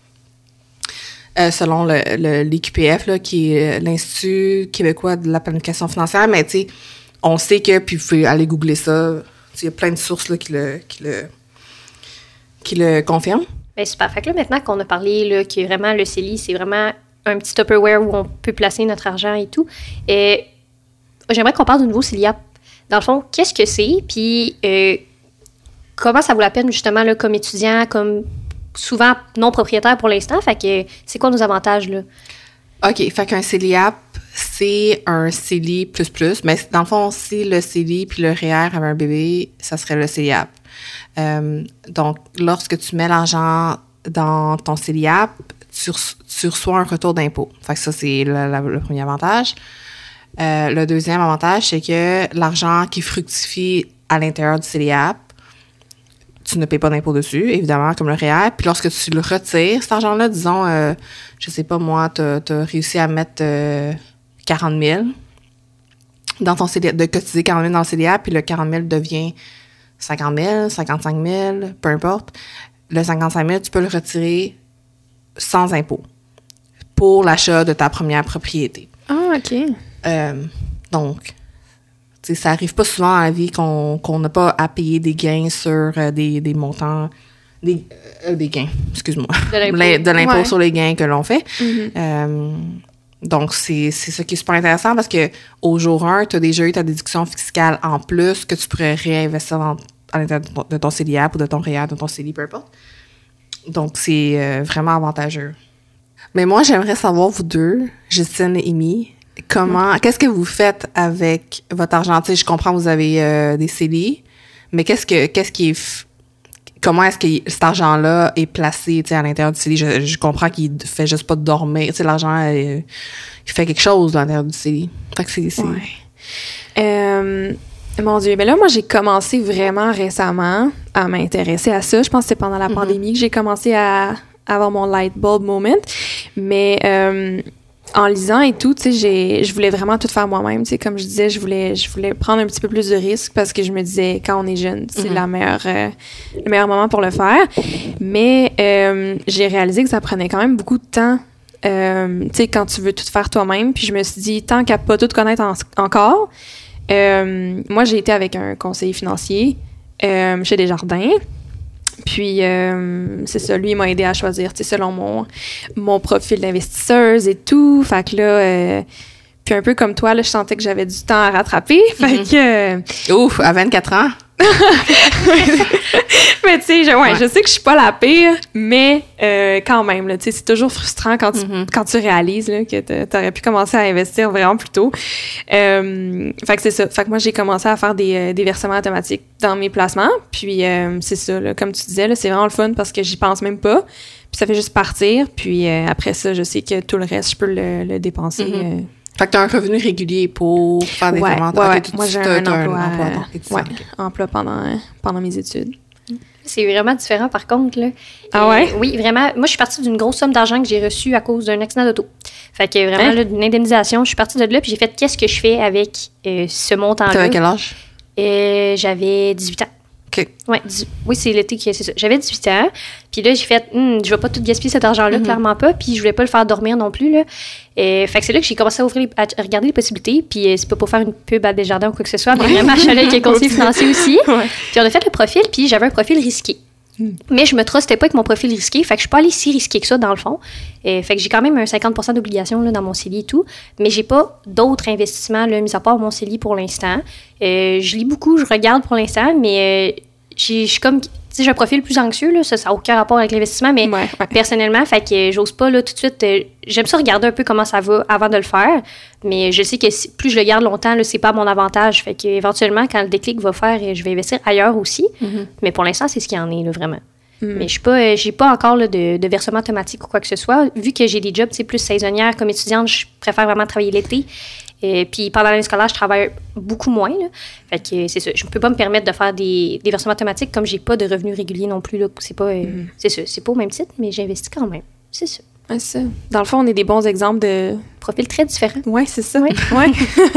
euh, selon le, le, l'I Q P F, là, qui est l'Institut québécois de la planification financière, mais tu sais, on sait que, puis vous pouvez aller googler ça, il y a plein de sources là, qui, le, qui, le, qui le confirment. Bien, super. Fait que là, maintenant qu'on a parlé là, que vraiment le C E L I, c'est vraiment un petit Tupperware où on peut placer notre argent et tout, et j'aimerais qu'on parle du nouveau C E L I A P. Dans le fond, qu'est-ce que c'est? Puis euh, comment ça vaut la peine, justement, là, comme étudiant, comme souvent non propriétaire pour l'instant? Fait que c'est quoi nos avantages, là? OK. Fait qu'un C E L I A P, c'est un C E L I plus plus. Mais dans le fond, si le C E L I puis le R E E R avait un bébé, ça serait le C E L I A P. Euh, donc, lorsque tu mets l'argent dans ton C E L I A P, tu, re- tu reçois un retour d'impôt. Fait que ça, c'est le, le, le premier avantage. Euh, le deuxième avantage, c'est que l'argent qui fructifie à l'intérieur du C E L I A P, tu ne payes pas d'impôt dessus, évidemment, comme le R E E R. Puis lorsque tu le retires, cet argent-là, disons, euh, je sais pas moi, tu as réussi à mettre euh, quarante mille dans ton C E L I A P, de cotiser quarante mille dans le C E L I A P, puis le quarante mille devient cinquante mille, cinquante-cinq mille, peu importe. Le cinquante-cinq mille, tu peux le retirer sans impôt pour l'achat de ta première propriété. Ah, OK. Euh, donc, tu sais, ça arrive pas souvent dans la vie qu'on qu'on n'a pas à payer des gains sur euh, des, des montants, des, euh, des gains, excuse-moi, de l'impôt, de l'impôt ouais. sur les gains que l'on fait. Mm-hmm. Euh, donc, c'est c'est ça qui est super intéressant parce que au jour un, tu as déjà eu ta déduction fiscale en plus que tu pourrais réinvestir dans, à l'intérieur de ton, de ton C E L I A P ou de ton R E E R, de ton C E L I, peu importe. Donc, c'est euh, vraiment avantageux. Mais moi, j'aimerais savoir, vous deux, Justine et Amy, comment, mm-hmm. qu'est-ce que vous faites avec votre argent? Tu sais, je comprends que vous avez euh, des C E L I, mais qu'est-ce que qu'est-ce qui est... F- comment est-ce que cet argent-là est placé, tu sais, à l'intérieur du C E L I? Je, je comprends qu'il fait juste pas de dormir. Tu sais, l'argent, euh, il fait quelque chose à l'intérieur du C E L I. Fait que c'est... c'est... Ouais. Euh, mon Dieu, ben là, moi, j'ai commencé vraiment récemment à m'intéresser à ça. Je pense que c'est pendant la mm-hmm. pandémie que j'ai commencé à avoir mon light bulb moment. Mais... Euh, en lisant et tout, tu sais, j'ai, je voulais vraiment tout faire moi-même. Tu sais, comme je disais, je voulais, je voulais prendre un petit peu plus de risques parce que je me disais, quand on est jeune, c'est mm-hmm. la meilleure, euh, le meilleur moment pour le faire. Mais euh, j'ai réalisé que ça prenait quand même beaucoup de temps. Euh, tu sais, quand tu veux tout faire toi-même. Puis je me suis dit, tant qu'à pas tout connaître en, encore, euh, moi, j'ai été avec un conseiller financier euh, chez Desjardins. Puis, euh, c'est ça, lui, il m'a aidé à choisir, tu sais, selon mon, mon profil d'investisseuse et tout. Fait que là, euh, puis un peu comme toi, là, je sentais que j'avais du temps à rattraper. Fait mm-hmm. que... Euh, Ouf, à vingt-quatre ans? Mais tu sais, je, ouais, ouais. je sais que je suis pas la pire, mais euh, quand même, là, tu sais, c'est toujours frustrant quand tu, mm-hmm. quand tu réalises là, que t'aurais pu commencer à investir vraiment plus tôt. Euh, fait que c'est ça. Fait que moi, j'ai commencé à faire des, euh, des versements automatiques dans mes placements. Puis euh, c'est ça, là, comme tu disais, là, c'est vraiment le fun parce que j'y pense même pas. Puis ça fait juste partir. Puis euh, après ça, je sais que tout le reste, je peux le, le dépenser. Mm-hmm. Euh, Fait que tu as un revenu régulier pour faire des ouais, paiements. Ouais, ouais. Okay, moi, j'ai un, un emploi, un emploi, non, euh, ouais, emploi pendant, pendant mes études. C'est vraiment différent, par contre. Là. Ah ouais? Et, oui, vraiment. Moi, je suis partie d'une grosse somme d'argent que j'ai reçue à cause d'un accident d'auto. Fait que vraiment, hein? là, d'une indemnisation, je suis partie de là, puis j'ai fait qu'est-ce que je fais avec euh, ce montant-là. T'avais quel âge? Euh, j'avais dix-huit ans. OK. Ouais, dix, oui, c'est l'été qui c'est ça. J'avais dix-huit ans. Puis là, j'ai fait, hm, je vais pas tout gaspiller cet argent-là, mm-hmm. clairement pas. Puis je voulais pas le faire dormir non plus, là. Et, fait que c'est là que j'ai commencé à, ouvrir les, à regarder les possibilités. Puis euh, c'est pas pour faire une pub à Desjardins ou quoi que ce soit, mais vraiment, je suis allée avec un conseiller financier aussi. Ouais. Puis on a fait le profil, puis j'avais un profil risqué. Mm. Mais je me trustais pas avec mon profil risqué. Fait que je suis pas allée si risquée que ça, dans le fond. Et, fait que j'ai quand même un cinquante pour cent d'obligation là, dans mon C E L I et tout. Mais j'ai pas d'autres investissements, là, mis à part mon C E L I pour l'instant. Euh, je lis beaucoup, je regarde pour l'instant, mais... Euh, j'ai, je suis comme, tu sais, j'ai un profil plus anxieux, là, ça n'a aucun rapport avec l'investissement, mais ouais, ouais. personnellement, fait que j'ose pas, là, tout de suite, euh, j'aime ça regarder un peu comment ça va avant de le faire, mais je sais que si, plus je le garde longtemps, là, c'est pas à mon avantage, fait qu'éventuellement, quand le déclic va faire, je vais investir ailleurs aussi, mm-hmm. mais pour l'instant, c'est ce qu'il y en est, là, vraiment. Mm. Mais je suis pas, euh, j'ai pas encore là, de, de versement automatique ou quoi que ce soit. Vu que j'ai des jobs plus saisonnières comme étudiante, je préfère vraiment travailler l'été. Et puis pendant l'année scolaire, je travaille beaucoup moins. Là. Fait que c'est ça. Je ne peux pas me permettre de faire des, des versements automatiques comme j'ai pas de revenus réguliers non plus. Là. C'est pas, euh, mm. c'est ça. C'est pas au même titre, mais j'investis quand même. C'est ça. Ouais, c'est ça. Dans le fond, on est des bons exemples de profils très différents. Oui, c'est ça. Ouais. Ouais.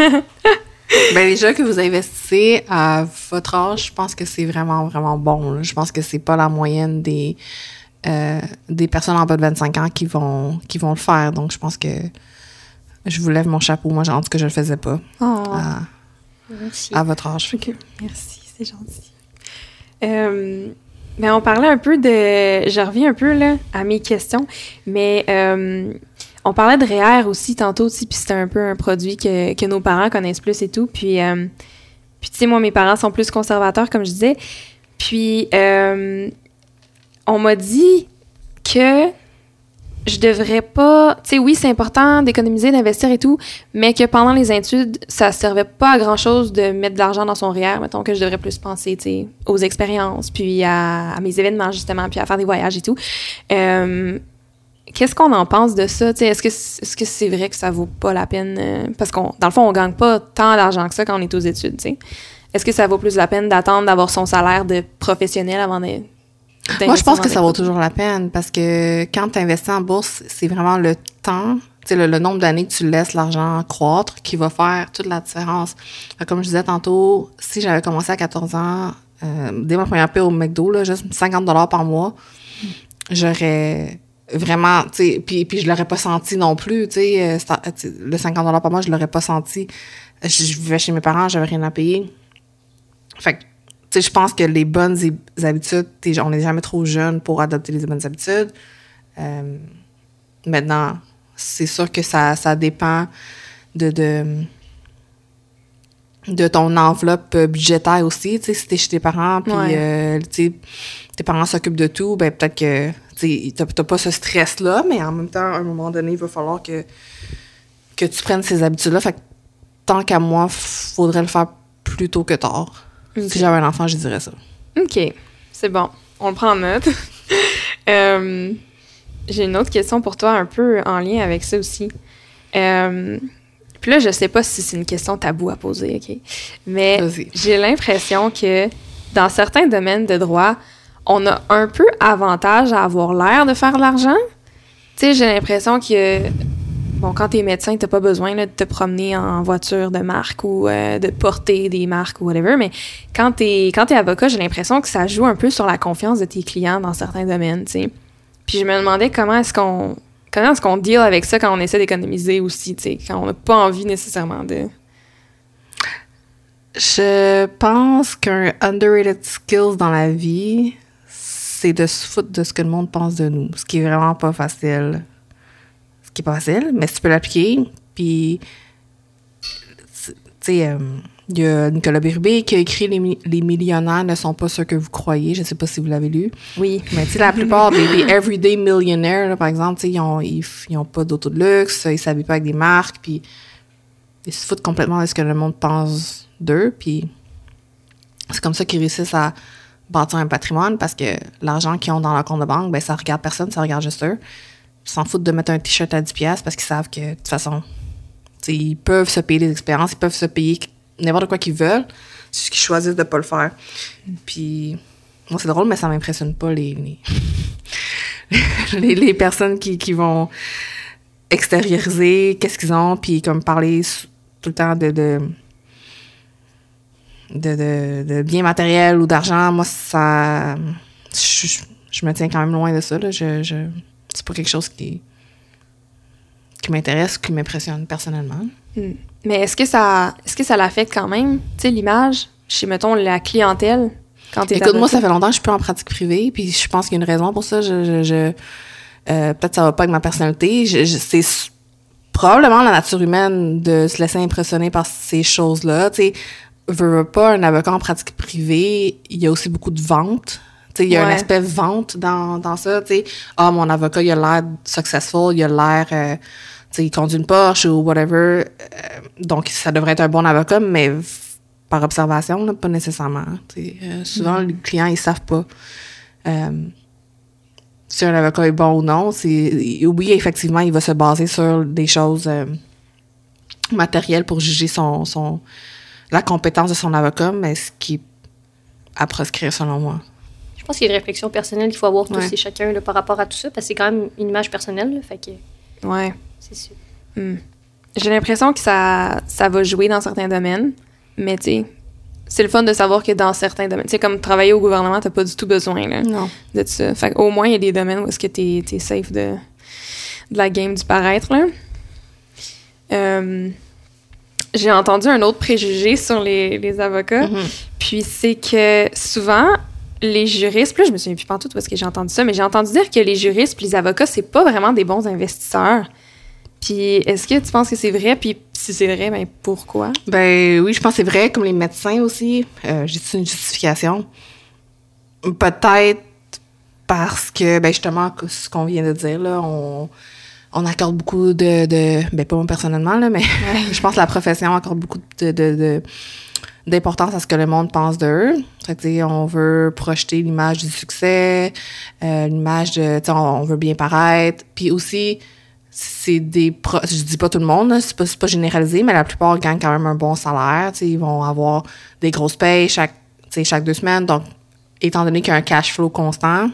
Ben déjà que vous investissez à votre âge, je pense que c'est vraiment, vraiment bon. Là. Je pense que c'est pas la moyenne des, euh, des personnes en bas de vingt-cinq ans qui vont, qui vont le faire. Donc, je pense que je vous lève mon chapeau. Moi, en tout cas, je le faisais pas oh. à, Merci. à votre âge. Okay. Merci, c'est gentil. Euh, ben, on parlait un peu de... Je reviens un peu là, à mes questions, mais... Euh, on parlait de R E E R aussi tantôt aussi, puis c'était un peu un produit que, que nos parents connaissent plus et tout. Puis, euh, puis tu sais, moi, mes parents sont plus conservateurs, comme je disais. Puis, euh, on m'a dit que je devrais pas... Tu sais, oui, c'est important d'économiser, d'investir et tout, mais que pendant les études, ça servait pas à grand-chose de mettre de l'argent dans son R E E R. Mettons que je devrais plus penser, tu sais, aux expériences, puis à, à mes événements, justement, puis à faire des voyages et tout. Euh, Qu'est-ce qu'on en pense de ça? T'sais, est-ce que est-ce que c'est vrai que ça vaut pas la peine? Euh, parce qu'on dans le fond, on gagne pas tant d'argent que ça quand on est aux études. T'sais. Est-ce que ça vaut plus la peine d'attendre d'avoir son salaire de professionnel avant de... Moi, je pense que ça vaut toujours la peine parce que quand tu investis en bourse, c'est vraiment le temps, le, le nombre d'années que tu laisses l'argent croître qui va faire toute la différence. Comme je disais tantôt, si j'avais commencé à quatorze ans, euh, dès ma première paie au McDo, là, juste cinquante dollars par mois, j'aurais... Vraiment, tu sais, puis, puis je l'aurais pas senti non plus, tu sais, le cinquante dollars par mois, je l'aurais pas senti. Je, je vivais chez mes parents, j'avais rien à payer. Fait que, tu sais, je pense que les bonnes habitudes, on n'est jamais trop jeune pour adopter les bonnes habitudes. Euh, maintenant, c'est sûr que ça, ça dépend de, de, de ton enveloppe budgétaire aussi, tu sais, si t'es chez tes parents, puis, ouais. euh, tu sais, tes parents s'occupent de tout, ben peut-être que t'as, t'as pas ce stress-là, mais en même temps, à un moment donné, il va falloir que, que tu prennes ces habitudes-là. Fait que tant qu'à moi, faudrait le faire plus tôt que tard. Okay. Si j'avais un enfant, je dirais ça. OK. C'est bon. On le prend en note. euh, j'ai une autre question pour toi, un peu en lien avec ça aussi. Euh, puis là, je sais pas si c'est une question taboue à poser, OK? Mais Vas-y. J'ai l'impression que dans certains domaines de droit, on a un peu avantage à avoir l'air de faire de l'argent. Tu sais, j'ai l'impression que, bon, quand t'es médecin, t'as pas besoin là, de te promener en voiture de marque ou euh, de porter des marques ou whatever, mais quand t'es, quand t'es avocat, j'ai l'impression que ça joue un peu sur la confiance de tes clients dans certains domaines, tu sais. Puis je me demandais comment est-ce qu'on, comment est-ce qu'on deal avec ça quand on essaie d'économiser aussi, tu sais, quand on n'a pas envie nécessairement de... Je pense qu'un underrated skill dans la vie, c'est de se foutre de ce que le monde pense de nous, ce qui est vraiment pas facile. Ce qui est pas facile, mais si tu peux l'appliquer. Puis, tu sais, il euh, y a Nicolas Bérubé qui a écrit les, « Les millionnaires ne sont pas ceux que vous croyez ». Je sais pas si vous l'avez lu. Oui. Mais tu sais, la plupart des, des everyday millionnaires, là, par exemple, tu sais, ils ont, ils, ils ont pas d'auto de luxe, ils s'habillent pas avec des marques, puis ils se foutent complètement de ce que le monde pense d'eux, puis c'est comme ça qu'ils réussissent à bâtir un patrimoine parce que l'argent qu'ils ont dans leur compte de banque, ben ça regarde personne, ça regarde juste eux. Ils s'en foutent de mettre un t-shirt à dix dollars parce qu'ils savent que, de toute façon, ils peuvent se payer des expériences, ils peuvent se payer n'importe quoi qu'ils veulent, c'est juste qu'ils choisissent de pas le faire. Puis, moi, c'est drôle, mais ça m'impressionne pas les les, les, les personnes qui, qui vont extérioriser qu'est-ce qu'ils ont, puis comme parler tout le temps de... de De, de, de biens matériels ou d'argent, moi, ça... Je, je me tiens quand même loin de ça, là. Je, je, c'est pas quelque chose qui, qui m'intéresse, qui m'impressionne personnellement. Mm. Mais est-ce que ça est-ce que ça l'affecte quand même, tu sais, l'image, chez, mettons, la clientèle, quand t'es Écoute, moi, ça fait longtemps que je suis plus en pratique privée, puis je pense qu'il y a une raison pour ça. Je, je, je euh, peut-être que ça va pas avec ma personnalité. Je, je, c'est probablement la nature humaine de se laisser impressionner par ces choses-là, tu sais. veux, veux pas, un avocat en pratique privée, il y a aussi beaucoup de vente. Tu sais, il y a Ouais. un aspect vente dans, dans ça, tu sais. Ah, mon avocat, il a l'air successful, il a l'air, euh, tu sais, il conduit une Porsche ou whatever. Euh, donc, ça devrait être un bon avocat, mais par observation, là, pas nécessairement. Tu sais, euh, souvent, mm-hmm. les clients, ils savent pas euh, si un avocat est bon ou non. C'est, oui, effectivement, il va se baser sur des choses euh, matérielles pour juger son, son, la compétence de son avocat, mais ce qui est à proscrire, selon moi. Je pense qu'il y a une réflexion personnelle qu'il faut avoir tous ouais. et chacun là, par rapport à tout ça, parce que c'est quand même une image personnelle. Là, fait que, ouais. C'est sûr. Mm. J'ai l'impression que ça, ça va jouer dans certains domaines, mais tu sais, c'est le fun de savoir que dans certains domaines, tu sais, comme travailler au gouvernement, t'as pas du tout besoin là, non. de ça. Fait qu'au moins, il y a des domaines où est-ce que t'es, t'es safe de, de la game du paraître, là. Euh, j'ai entendu un autre préjugé sur les, les avocats, mm-hmm. puis c'est que souvent, les juristes, puis là, je me souviens plus pantoute parce que j'ai entendu ça, mais j'ai entendu dire que les juristes puis les avocats, c'est pas vraiment des bons investisseurs. Puis est-ce que tu penses que c'est vrai? Puis si c'est vrai, ben pourquoi? Ben oui, je pense que c'est vrai, comme les médecins aussi. Euh, j'ai-tu une justification? Peut-être parce que, ben justement, ce qu'on vient de dire, là, on, on accorde beaucoup de, de... Ben pas moi personnellement, là, mais ouais. je pense que la profession accorde beaucoup de... de, de d'importance à ce que le monde pense d'eux. Fait que, on veut projeter l'image du succès, euh, l'image de, on, on veut bien paraître. Puis aussi, c'est des... Pro- je dis pas tout le monde, là, c'est pas, c'est pas généralisé, mais la plupart gagnent quand même un bon salaire. T'sais, ils vont avoir des grosses payes chaque, chaque deux semaines. Donc, étant donné qu'il y a un cash flow constant,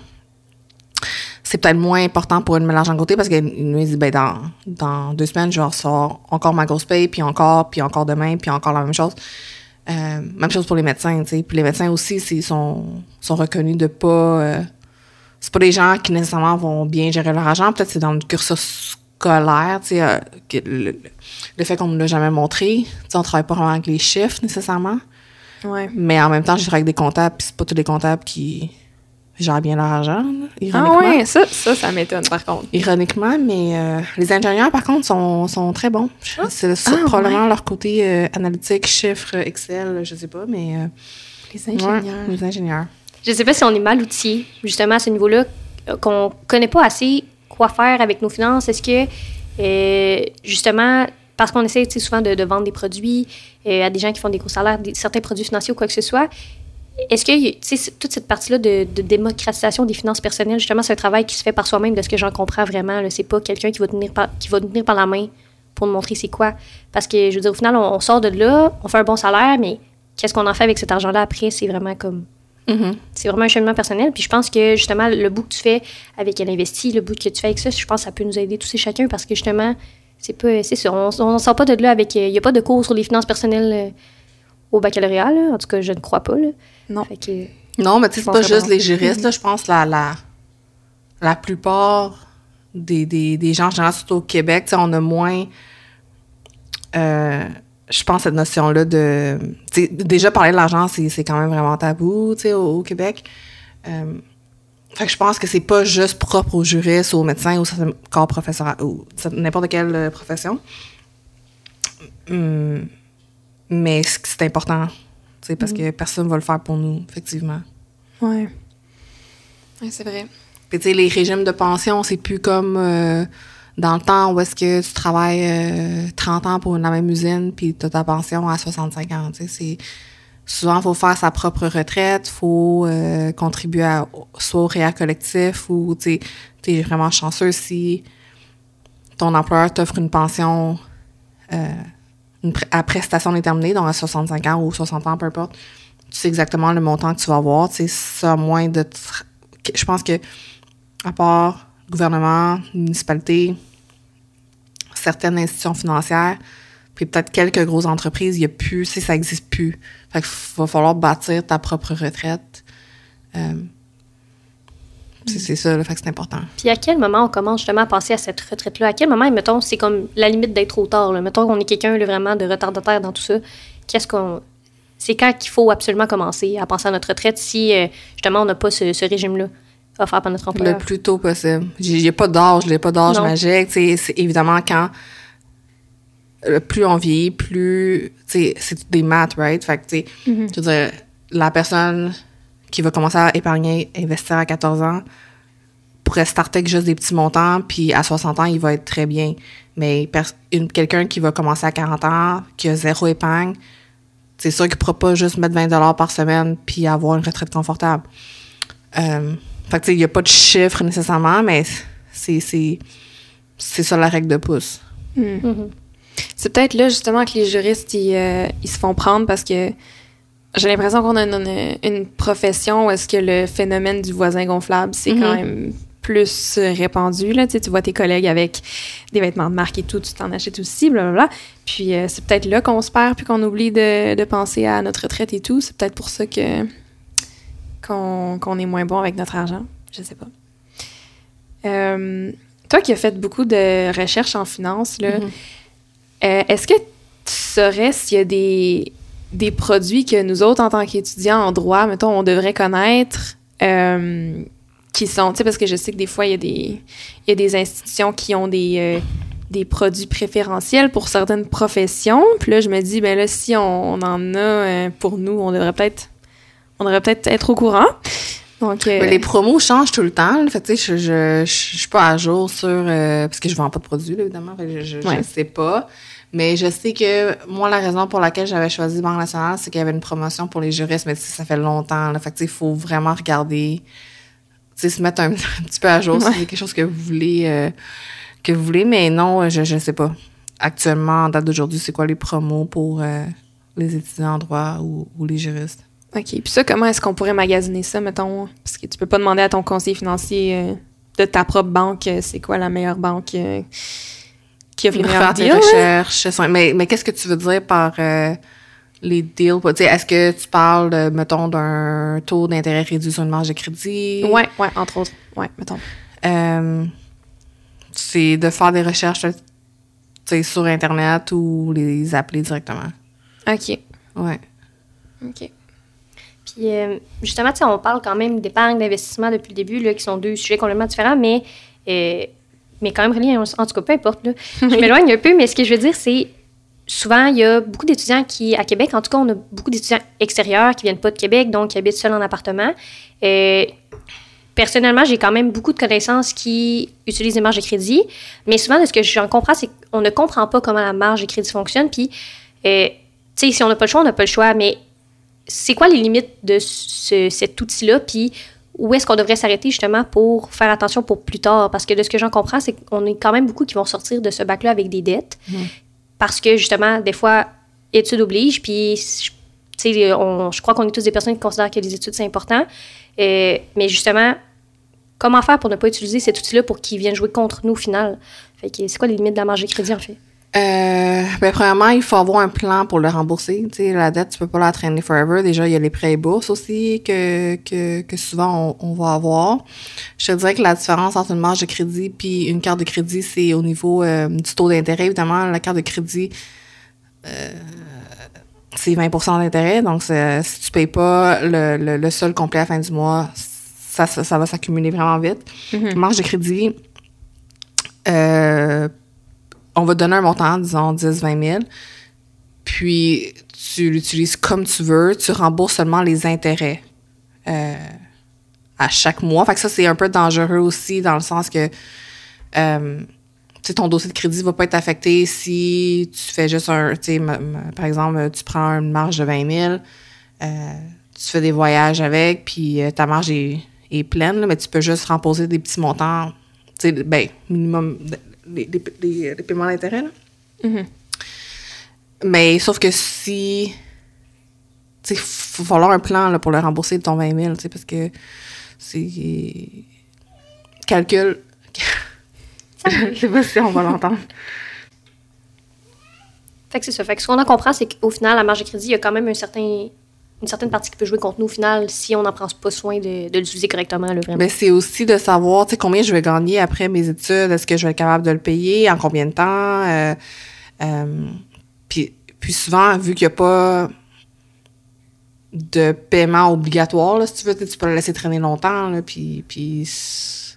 c'est peut-être moins important pour eux de mettre l'argent de côté parce qu'ils nous disent, ben, dans, dans deux semaines, je vais recevoir encore ma grosse paye, puis encore, puis encore demain, puis encore la même chose. Euh, même chose pour les médecins, tu sais. Puis les médecins aussi, c'est, sont, sont reconnus de pas... Euh, c'est pas des gens qui nécessairement vont bien gérer leur argent. Peut-être c'est dans le cursus scolaire, tu sais, euh, le, le fait qu'on ne l'a jamais montré. Tu sais, on travaille pas vraiment avec les chiffres, nécessairement. Ouais. Mais en même temps, je travaille avec des comptables, puis c'est pas tous les comptables qui gèrent bien leur argent, là, ironiquement. Ah ouais, ça, ça, ça m'étonne, par contre. Ironiquement, mais euh, les ingénieurs, par contre, sont, sont très bons. Ah. C'est ça, ah, probablement ouais. leur côté euh, analytique, chiffres, Excel, je sais pas, mais... Euh, les ingénieurs. Ouais, les ingénieurs. Je sais pas si on est mal outillés, justement, à ce niveau-là, qu'on connaît pas assez quoi faire avec nos finances. Est-ce que, euh, justement, parce qu'on essaie souvent de, de vendre des produits euh, à des gens qui font des gros salaires, des, certains produits financiers ou quoi que ce soit, est-ce que, tu sais, toute cette partie-là de, de démocratisation des finances personnelles, justement, c'est un travail qui se fait par soi-même, de ce que j'en comprends vraiment. Là, c'est pas quelqu'un qui va tenir par, qui va nous tenir par la main pour nous montrer c'est quoi. Parce que, je veux dire, au final, on, on sort de là, on fait un bon salaire, mais qu'est-ce qu'on en fait avec cet argent-là après? C'est vraiment comme... Mm-hmm. C'est vraiment un cheminement personnel. Puis je pense que, justement, le bout que tu fais avec Elle Investit, le bout que tu fais avec ça, je pense que ça peut nous aider tous et chacun parce que, justement, c'est pas... C'est ça, on ne sort pas de là avec... Il n'y a pas de cours sur les finances personnelles euh, au baccalauréat, là. En tout cas, je ne crois pas, là. Non. Fait que, non, mais tu sais, c'est pas juste les juristes, là. Je pense la, la, la plupart des, des, des gens, en général, surtout au Québec, tu sais, on a moins... Euh, je pense cette notion-là de... Tu sais, déjà, parler de l'argent, c'est, c'est quand même vraiment tabou, tu sais, au, au Québec. Euh, fait que je pense que c'est pas juste propre aux juristes ou aux médecins ou certains corps professoral ou n'importe quelle profession. Hum, mais c'est important, tu sais, parce mm. que personne va le faire pour nous, effectivement. Ouais. Ouais, c'est vrai. Puis, tu sais, les régimes de pension, c'est plus comme euh, dans le temps où est-ce que tu travailles euh, trente ans pour la même usine puis tu as ta pension à soixante-cinq ans, tu sais, c'est... Souvent, il faut faire sa propre retraite, il faut euh, contribuer à, soit au réel collectif ou, tu sais, t'es vraiment chanceux si ton employeur t'offre une pension euh, une pr- à prestation déterminée, donc à soixante-cinq ans ou soixante ans, peu importe. Tu sais exactement le montant que tu vas avoir, tu sais, ça, moins de... Tra- je pense que, à part gouvernement, municipalité, certaines institutions financières, puis peut-être quelques grosses entreprises, il y a plus, tu sais, ça n'existe plus. Fait qu'il va falloir bâtir ta propre retraite. Euh, c'est, c'est ça, là, fait que c'est important. Puis à quel moment on commence justement à penser à cette retraite-là? À quel moment, mettons, c'est comme la limite d'être trop tard, là? Mettons qu'on est quelqu'un là, vraiment de retardataire dans tout ça. Qu'est-ce qu'on... C'est quand qu'il faut absolument commencer à penser à notre retraite si, euh, justement, on n'a pas ce, ce régime-là offert par notre employeur? Le plus tôt possible. Il n'y a pas d'âge, il n'y a pas d'âge non. magique. C'est évidemment quand... plus on vieillit, plus, tu sais, c'est des maths, right? Fait que, tu sais, mm-hmm. je veux dire, la personne qui va commencer à épargner, investir à quatorze ans, pourrait starter avec juste des petits montants, puis à soixante ans, il va être très bien. Mais pers- une, quelqu'un qui va commencer à quarante ans, qui a zéro épargne, c'est sûr qu'il ne pourra pas juste mettre vingt dollars par semaine puis avoir une retraite confortable. Euh, fait que, tu sais, il n'y a pas de chiffre nécessairement, mais c'est, c'est, c'est ça la règle de pouce. Mm. Mm-hmm. C'est peut-être là, justement, que les juristes, ils, euh, ils se font prendre parce que j'ai l'impression qu'on a une, une profession où est-ce que le phénomène du voisin gonflable, c'est mm-hmm. quand même plus répandu. Là. Tu sais, tu vois tes collègues avec des vêtements de marque et tout, tu t'en achètes aussi, blablabla. Puis euh, c'est peut-être là qu'on se perd puis qu'on oublie de, de penser à notre retraite et tout. C'est peut-être pour ça que qu'on, qu'on est moins bon avec notre argent. Je sais pas. Euh, toi qui as fait beaucoup de recherches en finance, là, mm-hmm. euh, est-ce que tu saurais s'il y a des, des produits que nous autres, en tant qu'étudiants en droit, mettons, on devrait connaître, euh, qui sont, tu sais, parce que je sais que des fois, il y a des, il y a des institutions qui ont des, euh, des produits préférentiels pour certaines professions. Puis là, je me dis, ben là, si on, on en a euh, pour nous, on devrait peut-être, on devrait peut-être être au courant. Donc, euh... les promos changent tout le temps. Là. Fait que, tu sais, je, je, je, je suis pas à jour sur... Euh, parce que je vends pas de produits, là, évidemment. Fait que je, je, ouais. je sais pas. Mais je sais que moi, la raison pour laquelle j'avais choisi Banque nationale, c'est qu'il y avait une promotion pour les juristes. Mais ça fait longtemps. Là. Fait que, tu sais, il faut vraiment regarder... Tu sais, se mettre un, un petit peu à jour ouais. si c'est quelque chose que vous voulez, euh, que vous voulez. Mais non, je ne sais pas. Actuellement, en date d'aujourd'hui, c'est quoi les promos pour euh, les étudiants en droit ou, ou les juristes? OK. Puis ça, comment est-ce qu'on pourrait magasiner ça, mettons? Parce que tu peux pas demander à ton conseiller financier euh, de ta propre banque, euh, c'est quoi la meilleure banque euh, qui offre les meilleurs deals? Faire tes recherches. Mais, mais qu'est-ce que tu veux dire par... Euh, les deals, tu sais, est-ce que tu parles, de, mettons, d'un taux d'intérêt réduit sur une marge de crédit? Oui, ouais, entre autres. Oui, mettons. Euh, c'est de faire des recherches, tu sais, sur Internet ou les appeler directement. OK. Ouais. OK. Puis, euh, justement, tu sais, on parle quand même d'épargne, d'investissement depuis le début, là, qui sont deux sujets complètement différents, mais, euh, mais quand même reliés, en tout cas, peu importe, là. Je m'éloigne un peu, mais ce que je veux dire, c'est souvent, il y a beaucoup d'étudiants qui, à Québec, en tout cas, on a beaucoup d'étudiants extérieurs qui viennent pas de Québec, donc qui habitent seuls en appartement. Euh, personnellement, j'ai quand même beaucoup de connaissances qui utilisent des marges de crédit, mais souvent, de ce que j'en comprends, c'est qu'on ne comprend pas comment la marge de crédit fonctionne. Puis, euh, tu sais, si on n'a pas le choix, on n'a pas le choix, mais c'est quoi les limites de ce, cet outil-là? Puis, où est-ce qu'on devrait s'arrêter, justement, pour faire attention pour plus tard? Parce que de ce que j'en comprends, c'est qu'on est quand même beaucoup qui vont sortir de ce bac-là avec des dettes. Mmh. Parce que, justement, des fois, études obligent, puis, tu sais, on, je crois qu'on est tous des personnes qui considèrent que les études, c'est important. Euh, mais justement, comment faire pour ne pas utiliser cet outil-là pour qu'il vienne jouer contre nous, au final? Fait que c'est quoi les limites de la marge de crédit, en fait? Euh, ben, premièrement, il faut avoir un plan pour le rembourser. Tu sais, la dette, tu peux pas la traîner forever. Déjà, il y a les prêts et bourses aussi que, que, que souvent on, on va avoir. Je te dirais que la différence entre une marge de crédit puis une carte de crédit, c'est au niveau euh, du taux d'intérêt. Évidemment, la carte de crédit, euh, c'est vingt pour cent d'intérêt. Donc, c'est, si tu payes pas le, le, le solde complet à la fin du mois, ça, ça, ça va s'accumuler vraiment vite. Mm-hmm. Marge de crédit, euh, on va te donner un montant, disons dix à vingt mille, puis tu l'utilises comme tu veux, tu rembourses seulement les intérêts euh, à chaque mois. Fait que ça, c'est un peu dangereux aussi, dans le sens que euh, tu sais, ton dossier de crédit va pas être affecté si tu fais juste un, tu sais, par exemple, tu prends une marge de vingt mille, euh, tu fais des voyages avec, puis euh, ta marge est, est pleine, là, mais tu peux juste rembourser des petits montants, tu sais, ben, minimum... De, Les, les, les, les paiements d'intérêt, là. Mm-hmm. Mais sauf que si... Tu sais, il va falloir un plan là, pour le rembourser de ton vingt mille, tu sais, parce que c'est... Calcul... Je sais pas si on va l'entendre. Fait que c'est ça. Fait que ce qu'on en comprend, c'est qu'au final, la marge de crédit, il y a quand même un certain... une certaine partie qui peut jouer contre nous au final si on n'en prend pas soin de, de l'utiliser correctement. Là, vraiment. Ben, c'est aussi de savoir combien je vais gagner après mes études. Est-ce que je vais être capable de le payer? En combien de temps? Euh, euh, puis, puis souvent, vu qu'il n'y a pas de paiement obligatoire, là, si tu veux, tu peux le laisser traîner longtemps. Là, puis, puis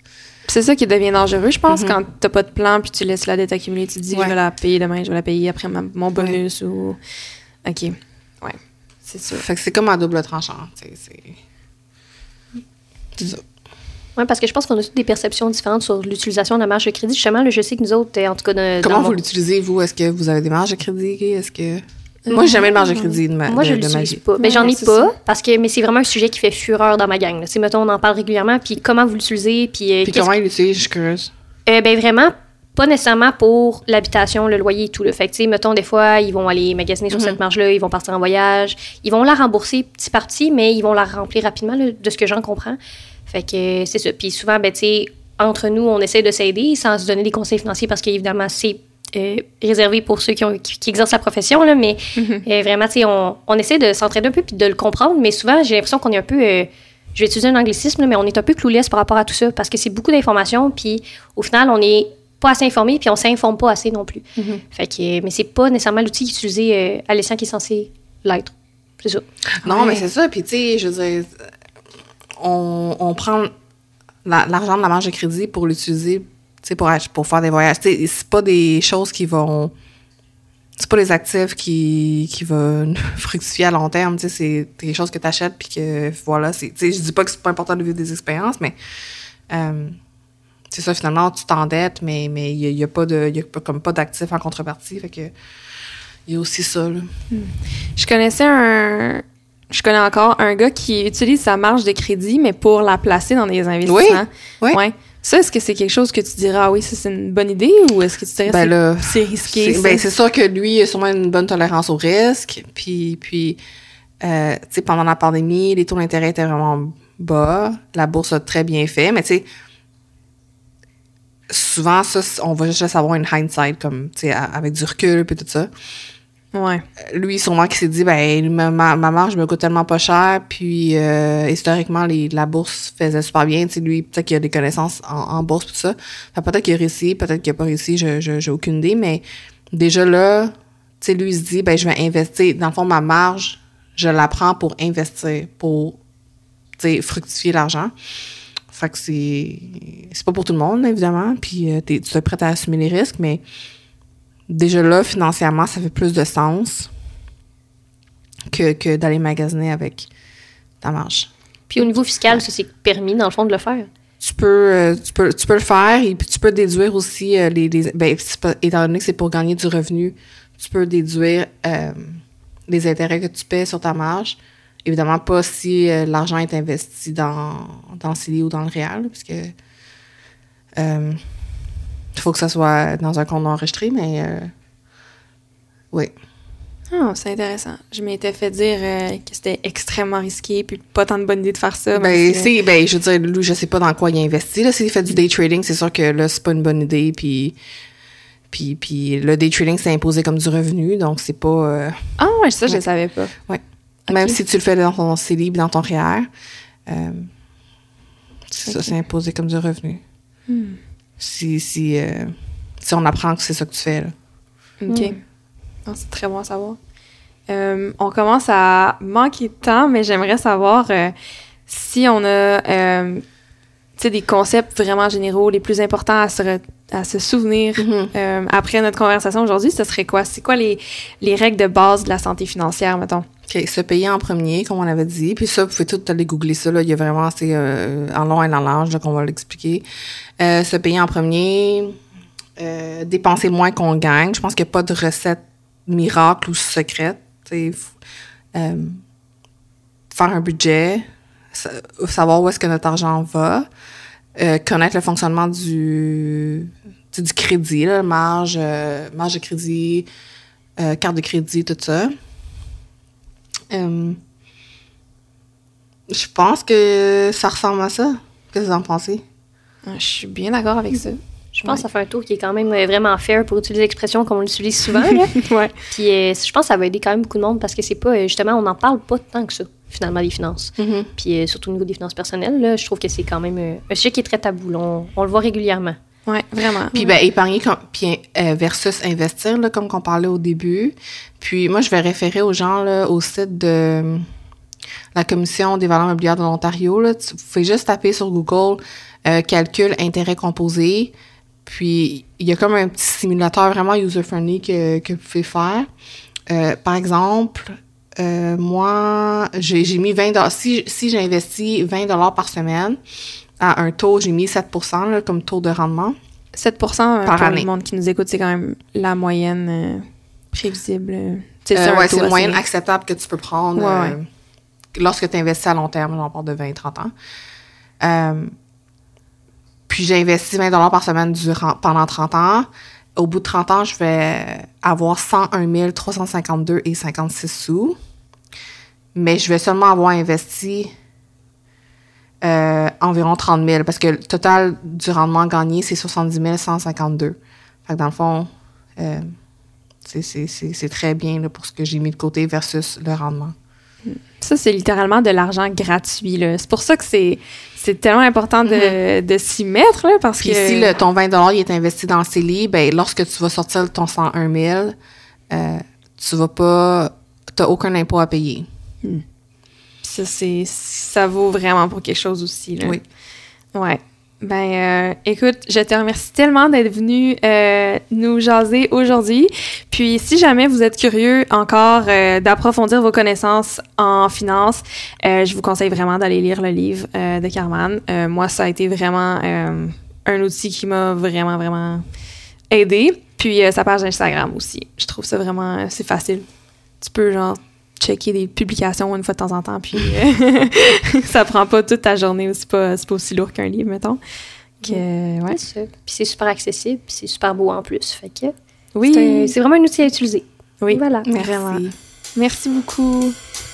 C'est ça qui devient dangereux, je pense, Mm-hmm. quand t'as pas de plan puis tu laisses la dette accumuler. Tu te dis, Ouais. je vais la payer demain, je vais la payer après ma- mon bonus ouais. ou... OK. Ouais, c'est sûr. Fait que c'est comme un double tranchant, tu sais, c'est... C'est ça. Oui, parce que je pense qu'on a toutes des perceptions différentes sur l'utilisation de la marge de crédit. Justement, là, je sais que nous autres, en tout cas... De, Comment vous mon... l'utilisez, vous? Est-ce que vous avez des marges de crédit? Est-ce que... Moi, j'ai jamais de marge de crédit de ma, Moi, de, je de ma l'utilise vie. pas. Ben, Ouais, j'en ai c'est pas, ça. parce que, mais c'est vraiment un sujet qui fait fureur dans ma gang. Tu sais, mettons, on en parle régulièrement, puis comment vous l'utilisez, puis... Euh, Puis comment ils l'utilisent? Je suis curieuse. Euh, ben vraiment, pas nécessairement pour l'habitation, le loyer et tout. Là. Fait que, tu sais, mettons, des fois, ils vont aller magasiner sur Mhm. cette marge-là, ils vont partir en voyage. Ils vont la rembourser petit par petit, mais ils vont la remplir rapidement, là, de ce que j'en comprends. Fait que euh, c'est ça. Puis souvent, ben, tu sais, entre nous, on essaie de s'aider sans se donner des conseils financiers parce qu'évidemment, c'est euh, réservé pour ceux qui, ont, qui, qui exercent la profession, là, mais Mhm. euh, vraiment, tu sais, on, on essaie de s'entraider un peu puis de le comprendre, mais souvent, j'ai l'impression qu'on est un peu... euh, je vais utiliser un anglicisme, là, mais on est un peu clueless par rapport à tout ça parce que c'est beaucoup d'informations, puis au final, on n'est pas assez informé, puis on s'informe pas assez non plus. Mhm. Fait que, mais c'est pas nécessairement l'outil utilisé euh, à l'essence qui est censé l'être. C'est ça. Non, Ouais. mais c'est ça. Puis, tu sais, je veux dire, on, on prend la- l'argent de la marge de crédit pour l'utiliser, tu sais, pour, ach- pour faire des voyages. Tu sais, c'est pas des choses qui vont... C'est pas des actifs qui, qui vont fructifier à long terme, tu sais, c'est des choses que tu achètes puis que, voilà, c'est... Tu sais, je dis pas que c'est pas important de vivre des expériences, mais... euh, c'est ça, finalement, tu t'endettes, mais il mais n'y a, y a pas de... Y a pas- comme pas d'actifs en contrepartie, fait que... Il y a aussi ça, là. Je connaissais un... Je connais encore un gars qui utilise sa marge de crédit, mais pour la placer dans des investissements. Oui. Ouais. Ça, est-ce que c'est quelque chose que tu dirais, ah oui, ça, c'est une bonne idée, ou est-ce que tu dirais Ben c'est, là, c'est risqué, C'est, ça? ben, c'est sûr que lui, il a sûrement une bonne tolérance au risque. Puis, puis euh, tu sais, pendant la pandémie, les taux d'intérêt étaient vraiment bas. La bourse a très bien fait. Mais tu sais, souvent, ça, on va juste avoir une hindsight, comme, tu sais, avec du recul, puis tout ça. Ouais. Lui, sûrement, qui s'est dit, ben, ma, ma, ma marge me coûte tellement pas cher, puis euh, historiquement, les, la bourse faisait super bien. Tu sais, lui, peut-être qu'il a des connaissances en, en bourse, tout ça. Fait, peut-être qu'il a réussi, peut-être qu'il a pas réussi, je, je, j'ai aucune idée, mais déjà là, tu sais, lui, il se dit, ben, je vais investir. Dans le fond, ma marge, je la prends pour investir, pour, tu sais, fructifier l'argent. Fait que c'est, c'est pas pour tout le monde, évidemment, puis euh, t'es, tu es prête à assumer les risques, mais déjà là, financièrement, ça fait plus de sens que, que d'aller magasiner avec ta marge. Puis au niveau fiscal, ça, c'est permis, dans le fond, de le faire. Tu peux, euh, tu peux, tu peux le faire et puis tu peux déduire aussi euh, les, les ben, c'est pas, étant donné que c'est pour gagner du revenu, tu peux déduire euh, les intérêts que tu paies sur ta marge. Évidemment, pas si euh, l'argent est investi dans, dans le C D I ou dans le réel, parce que euh, il faut que ça soit dans un compte non enregistré, mais euh, oui. Ah, c'est intéressant. Je m'étais fait dire euh, que c'était extrêmement risqué, puis pas tant de bonne idée de faire ça. Ben, même si- c'est, ben, je veux dire, lui, je sais pas dans quoi il a investi. Là, s'il fait du day trading, c'est sûr que là, c'est pas une bonne idée. Puis, puis, puis le day trading, c'est imposé comme du revenu, donc c'est pas. Euh, Ah, ouais, ça, je Ouais. le savais pas. ouais. Ok. Même si tu le fais dans ton C D I, dans ton R E E R, euh, c'est ça, Ok. c'est imposé comme du revenu. Hmm. Si, si, euh, si on apprend que c'est ça que tu fais, là. OK. Mm. Ah, c'est très bon à savoir. Euh, on commence à manquer de temps, mais j'aimerais savoir euh, si on a euh, tu sais, des concepts vraiment généraux, les plus importants à se, re- à se souvenir Mhm. euh, après notre conversation aujourd'hui. Ce serait quoi? C'est quoi les, les règles de base de la santé financière, mettons? OK, se payer en premier, comme on avait dit. Puis ça, vous pouvez tout aller googler ça. Là. Il y a vraiment, c'est euh, en long et en large là, qu'on va l'expliquer. Euh, se payer en premier, euh, dépenser moins qu'on gagne. Je pense qu'il n'y a pas de recette miracle ou secrète. Tu sais, f- euh, faire un budget, sa- savoir où est-ce que notre argent va, euh, connaître le fonctionnement du, tu sais, du crédit, là, marge, euh, marge de crédit, euh, carte de crédit, tout ça. Euh, je pense que ça ressemble à ça. Qu'est-ce que vous en pensez? Ah, je suis bien d'accord avec ça. Je pense Ouais. que ça fait un tour qui est quand même euh, vraiment fair pour utiliser l'expression comme on l'utilise souvent. Là. Ouais. Puis euh, je pense que ça va aider quand même beaucoup de monde parce que c'est pas, euh, justement, on n'en parle pas tant que ça, finalement, des finances. Mm-hmm. Puis euh, surtout au niveau des finances personnelles, là, je trouve que c'est quand même euh, un sujet qui est très tabou. Là. On, on le voit régulièrement. Ouais, vraiment. Puis, ben, épargner com- puis, euh, versus investir, là, comme qu'on parlait au début. Puis, moi, je vais référer aux gens là, au site de la Commission des valeurs mobilières de l'Ontario. Là, tu fais juste taper sur Google euh, calcul intérêt composé. Puis, il y a comme un petit simulateur vraiment user-friendly que, que vous pouvez faire. Euh, par exemple, euh, moi, j'ai, j'ai mis vingt dollars. Si, si j'ai investi vingt dollars par semaine à un taux, j'ai mis sept pour cent là, comme taux de rendement. sept pour cent par pour année. le monde qui nous écoute, c'est quand même la moyenne euh, prévisible. C'est euh, ouais, un c'est taux une moyenne assez- acceptable que tu peux prendre Ouais, euh, ouais. lorsque tu investis à long terme. On parle de vingt à trente ans. Euh, puis j'ai investi vingt dollars par semaine durant, pendant trente ans. Au bout de trente ans, je vais avoir cent un mille trois cent cinquante-deux et cinquante-six sous. Mais je vais seulement avoir investi euh, environ trente mille parce que le total du rendement gagné, c'est soixante-dix mille cent cinquante-deux. Fait que dans le fond, euh, c'est, c'est, c'est, c'est très bien là, pour ce que j'ai mis de côté versus le rendement. Ça, c'est littéralement de l'argent gratuit. Là. C'est pour ça que c'est, c'est tellement important de, mm-hmm. de s'y mettre, là, parce Puis que... si le, ton vingt dollars il est investi dans le C E L I, ben lorsque tu vas sortir de ton cent un mille, euh, tu vas pas... T'as aucun impôt à payer. Hmm. Ça, c'est, ça vaut vraiment pour quelque chose aussi. Là. Oui. Ouais. Ben, euh, écoute, je te remercie tellement d'être venu euh, nous jaser aujourd'hui. Puis, si jamais vous êtes curieux encore euh, d'approfondir vos connaissances en finance, euh, je vous conseille vraiment d'aller lire le livre euh, de Carman. Euh, moi, ça a été vraiment euh, un outil qui m'a vraiment, vraiment aidé. Puis, euh, sa page Instagram aussi. Je trouve ça vraiment, c'est facile. Tu peux, genre, checker des publications une fois de temps en temps, puis euh, ça prend pas toute ta journée. C'est pas, c'est pas aussi lourd qu'un livre, mettons. Que, ouais. C'est ça. Puis c'est super accessible, puis c'est super beau en plus. Fait que oui. c'est, un, c'est vraiment un outil à utiliser. Oui, voilà. Merci. Vraiment. Merci beaucoup.